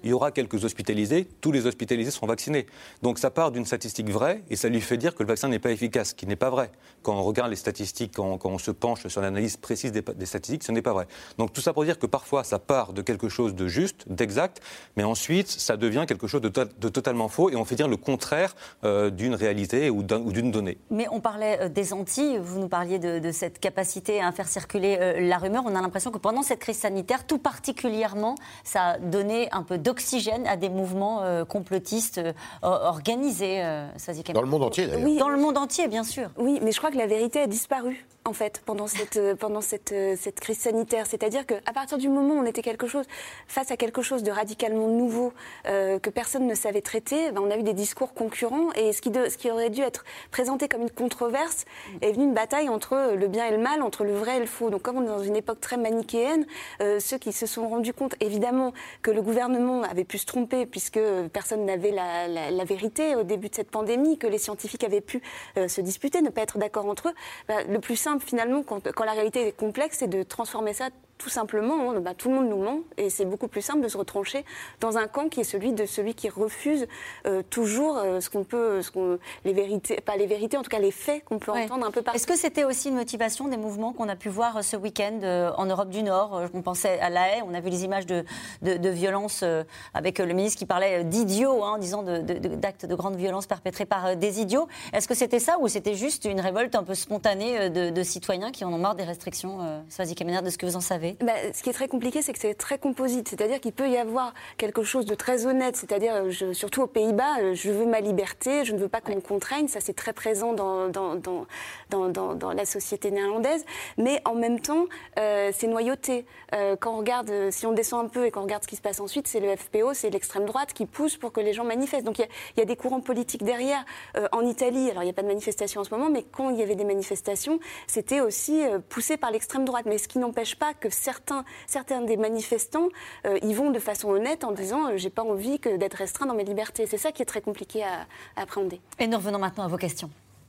il y aura quelques hospitalisés, tous les hospitalisés seront vaccinés. Donc ça part d'une statistique vraie et ça lui fait dire que le vaccin n'est pas efficace, ce qui n'est pas vrai. Quand on regarde les statistiques, quand, quand on se penche sur l'analyse précise des, des statistiques, ce n'est pas vrai. Donc tout ça pour dire que parfois ça part de quelque chose de juste, d'exact, mais ensuite ça devient quelque chose de, to- de totalement faux et on fait dire le contraire euh, d'une réalité ou, d'un, ou d'une donnée.
Mais on parlait des Antilles, vous nous parliez de, de cette capacité à faire circuler euh, la rumeur. On a l'impression que pendant cette crise sanitaire, tout particulièrement, ça a donné un peu d'oxygène à des mouvements euh, complotistes euh, organisés. Euh,
Dans le monde entier, d'ailleurs.
Oui, dans le monde entier, bien sûr.
Oui, mais je crois que la vérité a disparu, en fait, pendant cette, pendant cette, cette crise sanitaire. C'est-à-dire qu'à partir du moment où on était quelque chose, face à quelque chose de radicalement nouveau, euh, que personne ne savait traiter, ben on a eu des discours concurrents. Et ce qui, de, ce qui aurait dû être présenté comme une controverse est venu une bataille entre le bien et le mal, entre le vrai et le faux. Donc comme on est dans une époque très manichéenne, euh, ceux qui se sont rendus compte, évidemment, que le gouvernement avait pu se tromper puisque personne n'avait la, la, la vérité au début de cette pandémie, que les scientifiques avaient pu euh, se disputer, ne pas être d'accord entre eux. Ben, le plus simple, finalement, quand, quand la réalité est complexe, c'est de transformer ça tout simplement. Hein, ben, tout le monde nous ment et c'est beaucoup plus simple de se retrancher dans un camp qui est celui de celui qui refuse euh, toujours euh, ce qu'on peut, ce qu'on, les vérités, pas les vérités, en tout cas les faits qu'on peut ouais. entendre un peu partout.
Est-ce que c'était aussi une motivation des mouvements qu'on a pu voir ce week-end euh, en Europe du Nord? euh, On pensait à La Haye, on a vu les images de, de, de violence euh, avec le ministre qui parlait d'idiots, hein, en disant de, de, de, d'actes de grande violence perpétrés par euh, des idiots. Est-ce que c'était ça ou c'était juste une révolte un peu spontanée euh, de, de citoyens qui en ont marre des restrictions? euh, Swazi Kemener, de ce que vous en savez?
Bah, ce qui est très compliqué, c'est que c'est très composite. C'est-à-dire qu'il peut y avoir quelque chose de très honnête. C'est-à-dire, je, surtout aux Pays-Bas, je veux ma liberté, je ne veux pas qu'on me contraigne. Ça, c'est très présent dans, dans, dans, dans, dans, dans la société néerlandaise. Mais en même temps, euh, c'est noyauté. Euh, quand on regarde, si on descend un peu et qu'on regarde ce qui se passe ensuite, c'est le F P O, c'est l'extrême droite qui pousse pour que les gens manifestent. Donc il y, y a des courants politiques derrière. Euh, en Italie, alors il n'y a pas de manifestation en ce moment, mais quand il y avait des manifestations, c'était aussi euh, poussé par l'extrême droite. Mais ce qui n'empêche pas que certains, certains des manifestants euh, y vont de façon honnête en disant euh, j'ai pas envie que d'être restreint dans mes libertés. C'est ça qui est très compliqué à, à appréhender.
Et nous revenons maintenant à vos questions.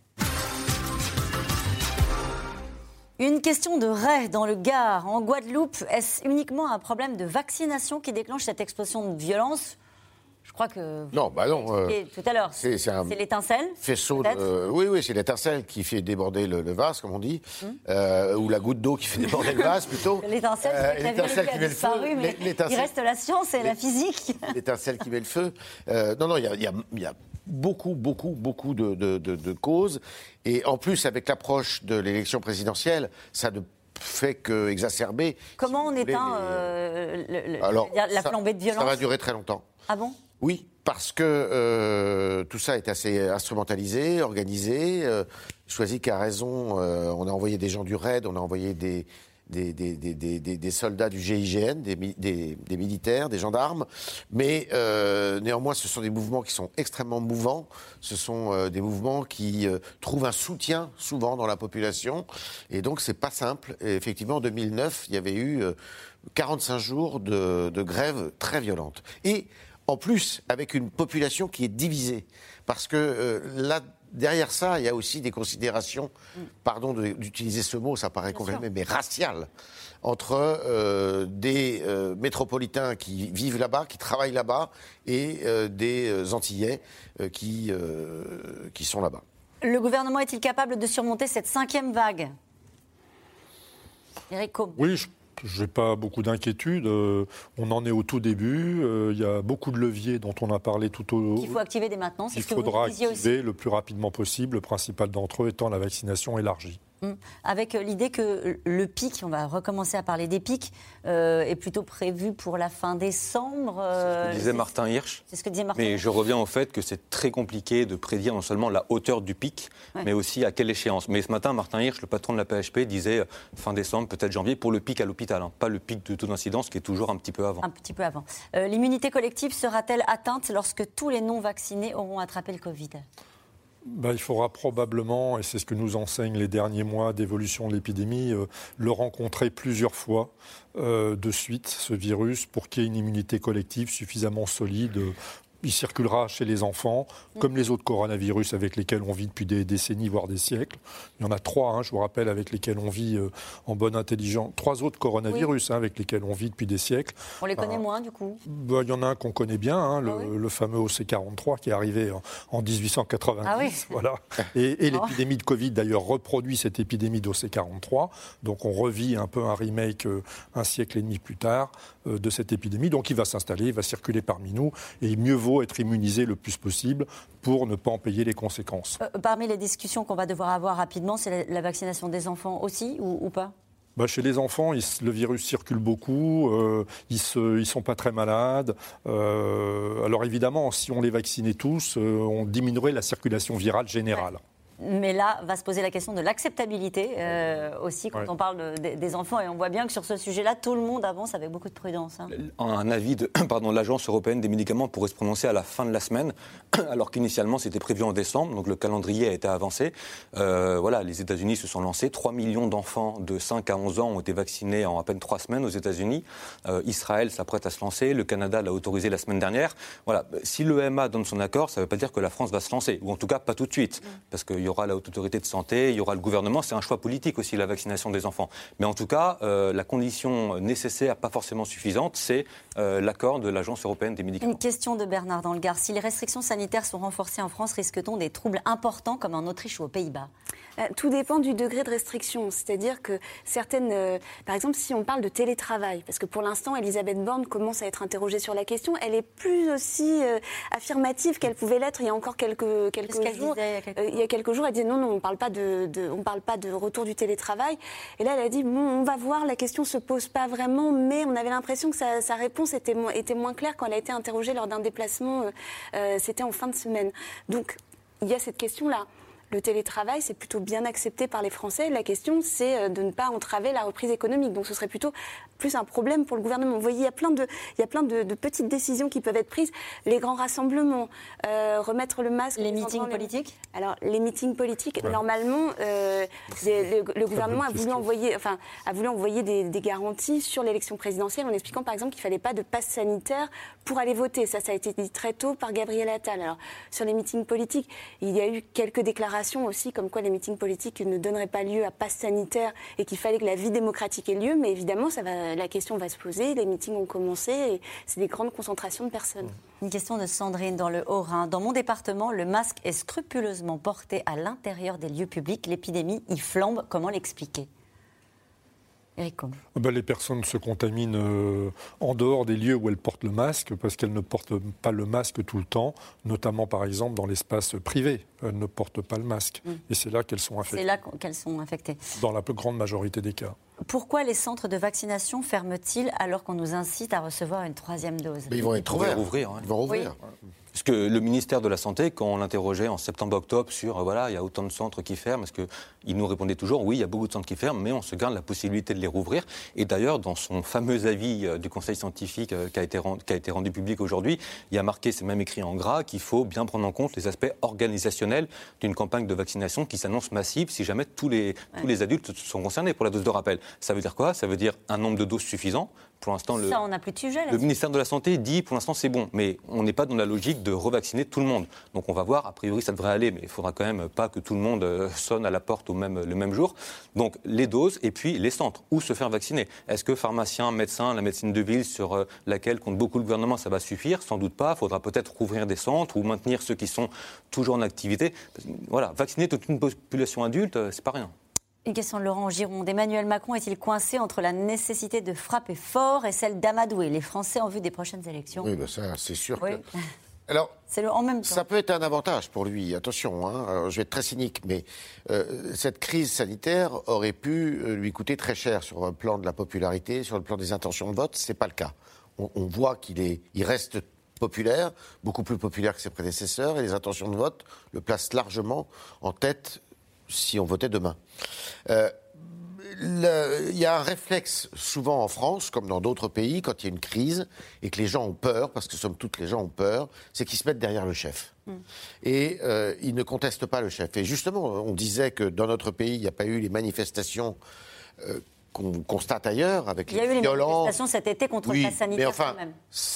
Une question de Ray dans le Gard. En Guadeloupe, est-ce uniquement un problème de vaccination qui déclenche cette explosion de violence ? Je crois que...
Non, bah non. Euh,
tout à l'heure, c'est, c'est, un
c'est
l'étincelle
faisceau de, Oui, oui, c'est l'étincelle qui fait déborder le, le vase, comme on dit, mmh. euh, ou la goutte d'eau qui fait déborder le vase, plutôt.
L'étincelle, euh, c'est l'étincelle qui met le feu. Mais il reste la science et la physique.
L'étincelle qui met le feu. Euh, non, non, il y a, y, a, y a beaucoup, beaucoup, beaucoup de, de, de, de causes. Et en plus, avec l'approche de l'élection présidentielle, ça ne fait qu'exacerber.
Comment si on éteint les... euh, le, le, Alors, la ça, flambée de violence?
Ça va durer très longtemps.
Ah bon?
Oui, parce que euh, tout ça est assez instrumentalisé, organisé. Euh, Choisy qui a raison, euh, on a envoyé des gens du R A I D, on a envoyé des, des, des, des, des, des soldats du G I G N, des, des, des militaires, des gendarmes. Mais euh, néanmoins, ce sont des mouvements qui sont extrêmement mouvants. Ce sont euh, des mouvements qui euh, trouvent un soutien souvent dans la population. Et donc, c'est pas simple. Et effectivement, en deux mille neuf, il y avait eu euh, quarante-cinq jours de, de grève très violente. Et en plus, avec une population qui est divisée. Parce que euh, là, derrière ça, il y a aussi des considérations, mm. pardon de, d'utiliser ce mot, ça paraît complètement, mais raciales, entre euh, des euh, métropolitains qui vivent là-bas, qui travaillent là-bas, et euh, des euh, Antillais euh, qui, euh, qui sont là-bas.
Le gouvernement est-il capable de surmonter cette cinquième vague? Éric Combe.
Oui, je... Je n'ai pas beaucoup d'inquiétude. Euh, on en est au tout début. Il euh, y a beaucoup de leviers dont on a parlé tout au...
Il faut activer dès maintenant. C'est
Il
ce que
faudra
vous disiez
activer
aussi.
Le plus rapidement possible, le principal d'entre eux étant la vaccination élargie.
Avec l'idée que le pic, on va recommencer à parler des pics, euh, est plutôt prévu pour la fin décembre.
Euh, c'est ce que disait c'est, Martin Hirsch.
C'est ce que disait Martin
Mais
Hirsch.
je reviens au fait que c'est très compliqué de prédire non seulement la hauteur du pic, ouais. mais aussi à quelle échéance. Mais ce matin, Martin Hirsch, le patron de la P H P, disait fin décembre, peut-être janvier, pour le pic à l'hôpital, hein, pas le pic de taux d'incidence qui est toujours un petit peu avant.
Un petit peu avant. Euh, l'immunité collective sera-t-elle atteinte lorsque tous les non-vaccinés auront attrapé le Covid ?
Ben, il faudra probablement, et c'est ce que nous enseignent les derniers mois d'évolution de l'épidémie, euh, le rencontrer plusieurs fois euh, de suite, ce virus, pour qu'il y ait une immunité collective suffisamment solide il circulera chez les enfants, mmh. comme les autres coronavirus avec lesquels on vit depuis des décennies, voire des siècles. Il y en a trois, hein, je vous rappelle, avec lesquels on vit euh, en bonne intelligence. Trois autres coronavirus oui. hein, avec lesquels on vit depuis des siècles.
On les connaît
euh,
moins, du coup
bah, il y en a un qu'on connaît bien, hein, le, ah oui. le fameux O C quarante-trois qui est arrivé en, en dix-huit cent quatre-vingt-dix. Ah oui. Voilà. Et, et l'épidémie de Covid, d'ailleurs, reproduit cette épidémie d'O C quarante-trois. Donc on revit un peu un remake euh, un siècle et demi plus tard euh, de cette épidémie. Donc il va s'installer, il va circuler parmi nous. Et mieux vaut être immunisé le plus possible pour ne pas en payer les conséquences.
Euh, parmi les discussions qu'on va devoir avoir rapidement, c'est la, la vaccination des enfants aussi ou, ou pas ?
Bah chez les enfants, il, le virus circule beaucoup, euh, ils ne ils sont pas très malades. Euh, alors évidemment, si on les vaccinait tous, euh, on diminuerait la circulation virale générale.
Ouais. Mais là, va se poser la question de l'acceptabilité euh, aussi quand ouais. on parle de, des enfants. Et on voit bien que sur ce sujet-là, tout le monde avance avec beaucoup de prudence. Hein.
Un avis de pardon, l'Agence européenne des médicaments pourrait se prononcer à la fin de la semaine, alors qu'initialement c'était prévu en décembre. Donc le calendrier a été avancé. Euh, voilà, les États-Unis se sont lancés. trois millions d'enfants de cinq à onze ans ont été vaccinés en à peine trois semaines aux États-Unis. Euh, Israël s'apprête à se lancer. Le Canada l'a autorisé la semaine dernière. Voilà. Si l'E M A donne son accord, ça ne veut pas dire que la France va se lancer. Ou en tout cas, pas tout de suite. Mmh. Parce qu'il y aura la Haute Autorité de Santé, il y aura le gouvernement. C'est un choix politique aussi, la vaccination des enfants. Mais en tout cas, euh, la condition nécessaire, pas forcément suffisante, c'est euh, l'accord de l'Agence européenne des médicaments.
Une question de Bernard dans le Gard. Si les restrictions sanitaires sont renforcées en France, risque-t-on des troubles importants comme en Autriche ou aux Pays-Bas ?
Tout dépend du degré de restriction. C'est-à-dire que certaines... Euh, par exemple, si on parle de télétravail, parce que pour l'instant, Elisabeth Borne commence à être interrogée sur la question, elle est plus aussi euh, affirmative qu'elle pouvait l'être il y a encore quelques, quelques jours.
Disait, il, y a quelques
euh, il y a quelques jours, elle disait non, non, on ne parle pas de, de, on parle pas de retour du télétravail. Et là, elle a dit, bon, on va voir, la question ne se pose pas vraiment, mais on avait l'impression que sa, sa réponse était, était moins claire quand elle a été interrogée lors d'un déplacement, euh, c'était en fin de semaine. Donc, il y a cette question-là. Le télétravail, c'est plutôt bien accepté par les Français. La question, c'est de ne pas entraver la reprise économique. Donc, ce serait plutôt plus un problème pour le gouvernement. Vous voyez, il y a plein de, il y a plein de, de petites décisions qui peuvent être prises. Les grands rassemblements, euh, remettre le masque...
Les meetings politiques ?
Alors, les meetings politiques, ouais. normalement, euh, le, le gouvernement a voulu envoyer, enfin, a voulu envoyer des, des garanties sur l'élection présidentielle en expliquant, par exemple, qu'il ne fallait pas de passe sanitaire pour aller voter. Ça, ça a été dit très tôt par Gabriel Attal. Alors, sur les meetings politiques, il y a eu quelques déclarations aussi, comme quoi les meetings politiques ne donneraient pas lieu à passe sanitaire et qu'il fallait que la vie démocratique ait lieu. Mais évidemment, ça va, la question va se poser. Les meetings ont commencé et c'est des grandes concentrations de personnes.
Une question de Sandrine dans le Haut-Rhin. Dans mon département, le masque est scrupuleusement porté à l'intérieur des lieux publics. L'épidémie y flambe. Comment l'expliquer ? Éric Combe.
Ben, les personnes se contaminent euh, en dehors des lieux où elles portent le masque parce qu'elles ne portent pas le masque tout le temps, notamment par exemple dans l'espace privé. Elles ne portent pas le masque. Mmh. Et c'est là qu'elles sont infectées.
C'est là qu'elles sont infectées.
Dans la plus grande majorité des cas.
Pourquoi les centres de vaccination ferment-ils alors qu'on nous incite à recevoir une troisième dose ?
Mais ils vont être ouverts.
Rouvrir, hein.
Ils vont rouvrir.
Oui. Parce que le ministère de la Santé, quand on l'interrogeait en septembre-octobre sur, euh, voilà, il y a autant de centres qui ferment, est-ce qu'il nous répondait toujours, oui, il y a beaucoup de centres qui ferment, mais on se garde la possibilité de les rouvrir. Et d'ailleurs, dans son fameux avis euh, du Conseil scientifique euh, qui, a été rend, qui a été rendu public aujourd'hui, il y a marqué, c'est même écrit en gras, qu'il faut bien prendre en compte les aspects organisationnels d'une campagne de vaccination qui s'annonce massive si jamais tous les, ouais. tous les adultes sont concernés pour la dose de rappel. Ça veut dire quoi ? Ça veut dire un nombre de doses suffisant. Pour l'instant, le,
ça, on n'a plus de sujet,
le ministère de la Santé dit pour l'instant c'est bon, mais on n'est pas dans la logique de revacciner tout le monde. Donc on va voir, a priori ça devrait aller, mais il ne faudra quand même pas que tout le monde sonne à la porte au même, le même jour. Donc les doses et puis les centres, où se faire vacciner. Est-ce que pharmaciens, médecins, la médecine de ville sur laquelle compte beaucoup le gouvernement, ça va suffire ? Sans doute pas, il faudra peut-être rouvrir des centres ou maintenir ceux qui sont toujours en activité. Voilà, vacciner toute une population adulte, c'est pas rien.
Une question de Laurent Gironde. Emmanuel Macron est-il coincé entre la nécessité de frapper fort et celle d'amadouer les Français en vue des prochaines élections ?
Oui, ben ça, c'est sûr
oui.
que... Alors,
c'est le, en même temps.
Ça peut être un avantage pour lui, attention, hein. Alors, je vais être très cynique, mais euh, cette crise sanitaire aurait pu euh, lui coûter très cher sur le plan de la popularité, sur le plan des intentions de vote. C'est pas le cas. On, on voit qu'il est, il reste populaire, beaucoup plus populaire que ses prédécesseurs, et les intentions de vote le placent largement en tête si on votait demain. Euh, Il y a un réflexe, souvent en France, comme dans d'autres pays, quand il y a une crise et que les gens ont peur, parce que somme toute les gens ont peur, c'est qu'ils se mettent derrière le chef. Mmh. Et euh, ils ne contestent pas le chef. Et justement, on disait que dans notre pays, il n'y a pas eu les manifestations euh, qu'on constate ailleurs, avec les violents.
Il y a eu les manifestations cet été contre
oui,
le pass sanitaire
mais enfin,
quand même.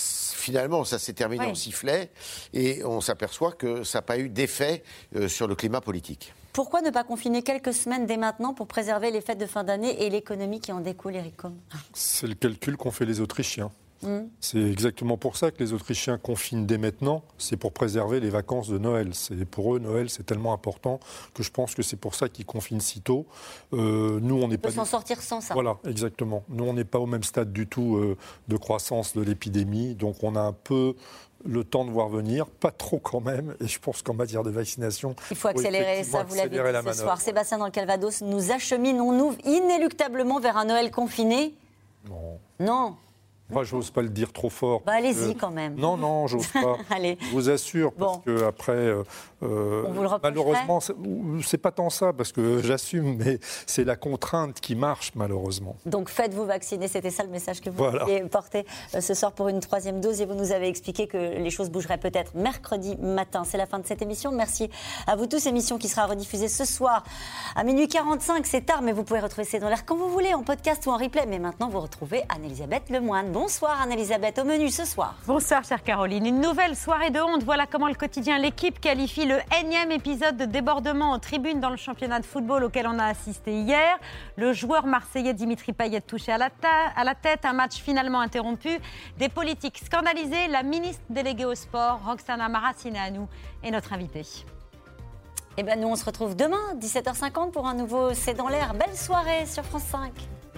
finalement, ça s'est terminé
oui.
en sifflet et on s'aperçoit que ça n'a pas eu d'effet euh, sur le climat politique.
Pourquoi ne pas confiner quelques semaines dès maintenant pour préserver les fêtes de fin d'année et l'économie qui en découle, Éric Côme ?
C'est le calcul qu'ont fait les Autrichiens.
Mmh.
C'est exactement pour ça que les Autrichiens confinent dès maintenant, c'est pour préserver les vacances de Noël. C'est, pour eux, Noël, c'est tellement important que je pense que c'est pour ça qu'ils confinent si tôt. Euh, nous, on n'est pas...
On peut s'en sortir sans ça.
Voilà, exactement. Nous, on n'est pas au même stade du tout euh, de croissance de l'épidémie, donc on a un peu le temps de voir venir, pas trop quand même, et je pense qu'en matière de vaccination...
Il faut accélérer ça, vous l'avez dit ce
manœuvre.
soir. Sébastien, dans le Calvados, nous acheminons-nous inéluctablement vers un Noël confiné ?
Non.
Non.
Moi, j'ose pas le dire trop fort.
Bah, allez-y
euh,
quand même.
Non, non, j'ose pas.
Allez.
Je vous assure, parce
bon.
que après, euh,
On vous le
malheureusement, c'est, c'est pas tant ça, parce que j'assume, mais c'est la contrainte qui marche, malheureusement.
Donc faites-vous vacciner, c'était ça le message que vous
voilà.
vouliez porter euh, ce soir pour une troisième dose. Et vous nous avez expliqué que les choses bougeraient peut-être mercredi matin. C'est la fin de cette émission. Merci à vous tous. Émission qui sera rediffusée ce soir à minuit quarante-cinq. C'est tard, mais vous pouvez retrouver C'est dans l'air quand vous voulez, en podcast ou en replay. Mais maintenant, vous retrouvez Anne-Elisabeth Lemoine. Bonsoir Anne-Elisabeth, au menu ce soir.
Bonsoir chère Caroline, une nouvelle soirée de honte. Voilà comment le quotidien L'Équipe qualifie le énième épisode de débordement en tribune dans le championnat de football auquel on a assisté hier. Le joueur marseillais Dimitri Payet touché à la, ta- à la tête, un match finalement interrompu. Des politiques scandalisées, la ministre déléguée au sport, Roxana Maracineanu, est notre invitée.
Eh bien nous on se retrouve demain, dix-sept heures cinquante pour un nouveau C'est dans l'air. Belle soirée sur France cinq.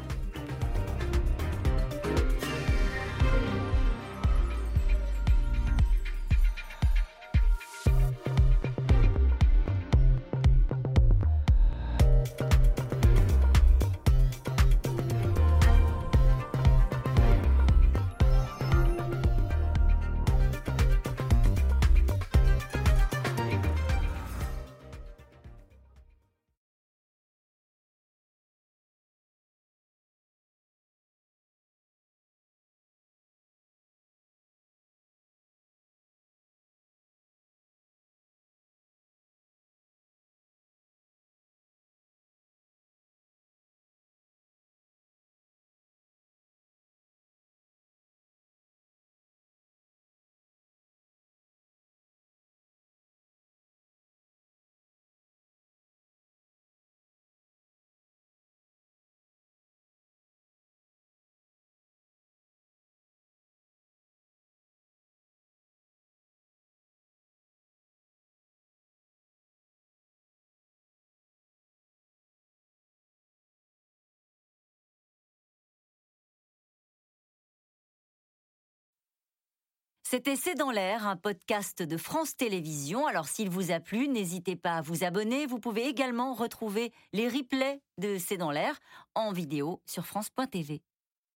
C'était C'est dans l'air, un podcast de France Télévisions. Alors s'il vous a plu, n'hésitez pas à vous abonner. Vous pouvez également retrouver les replays de C'est dans l'air en vidéo sur France point T V.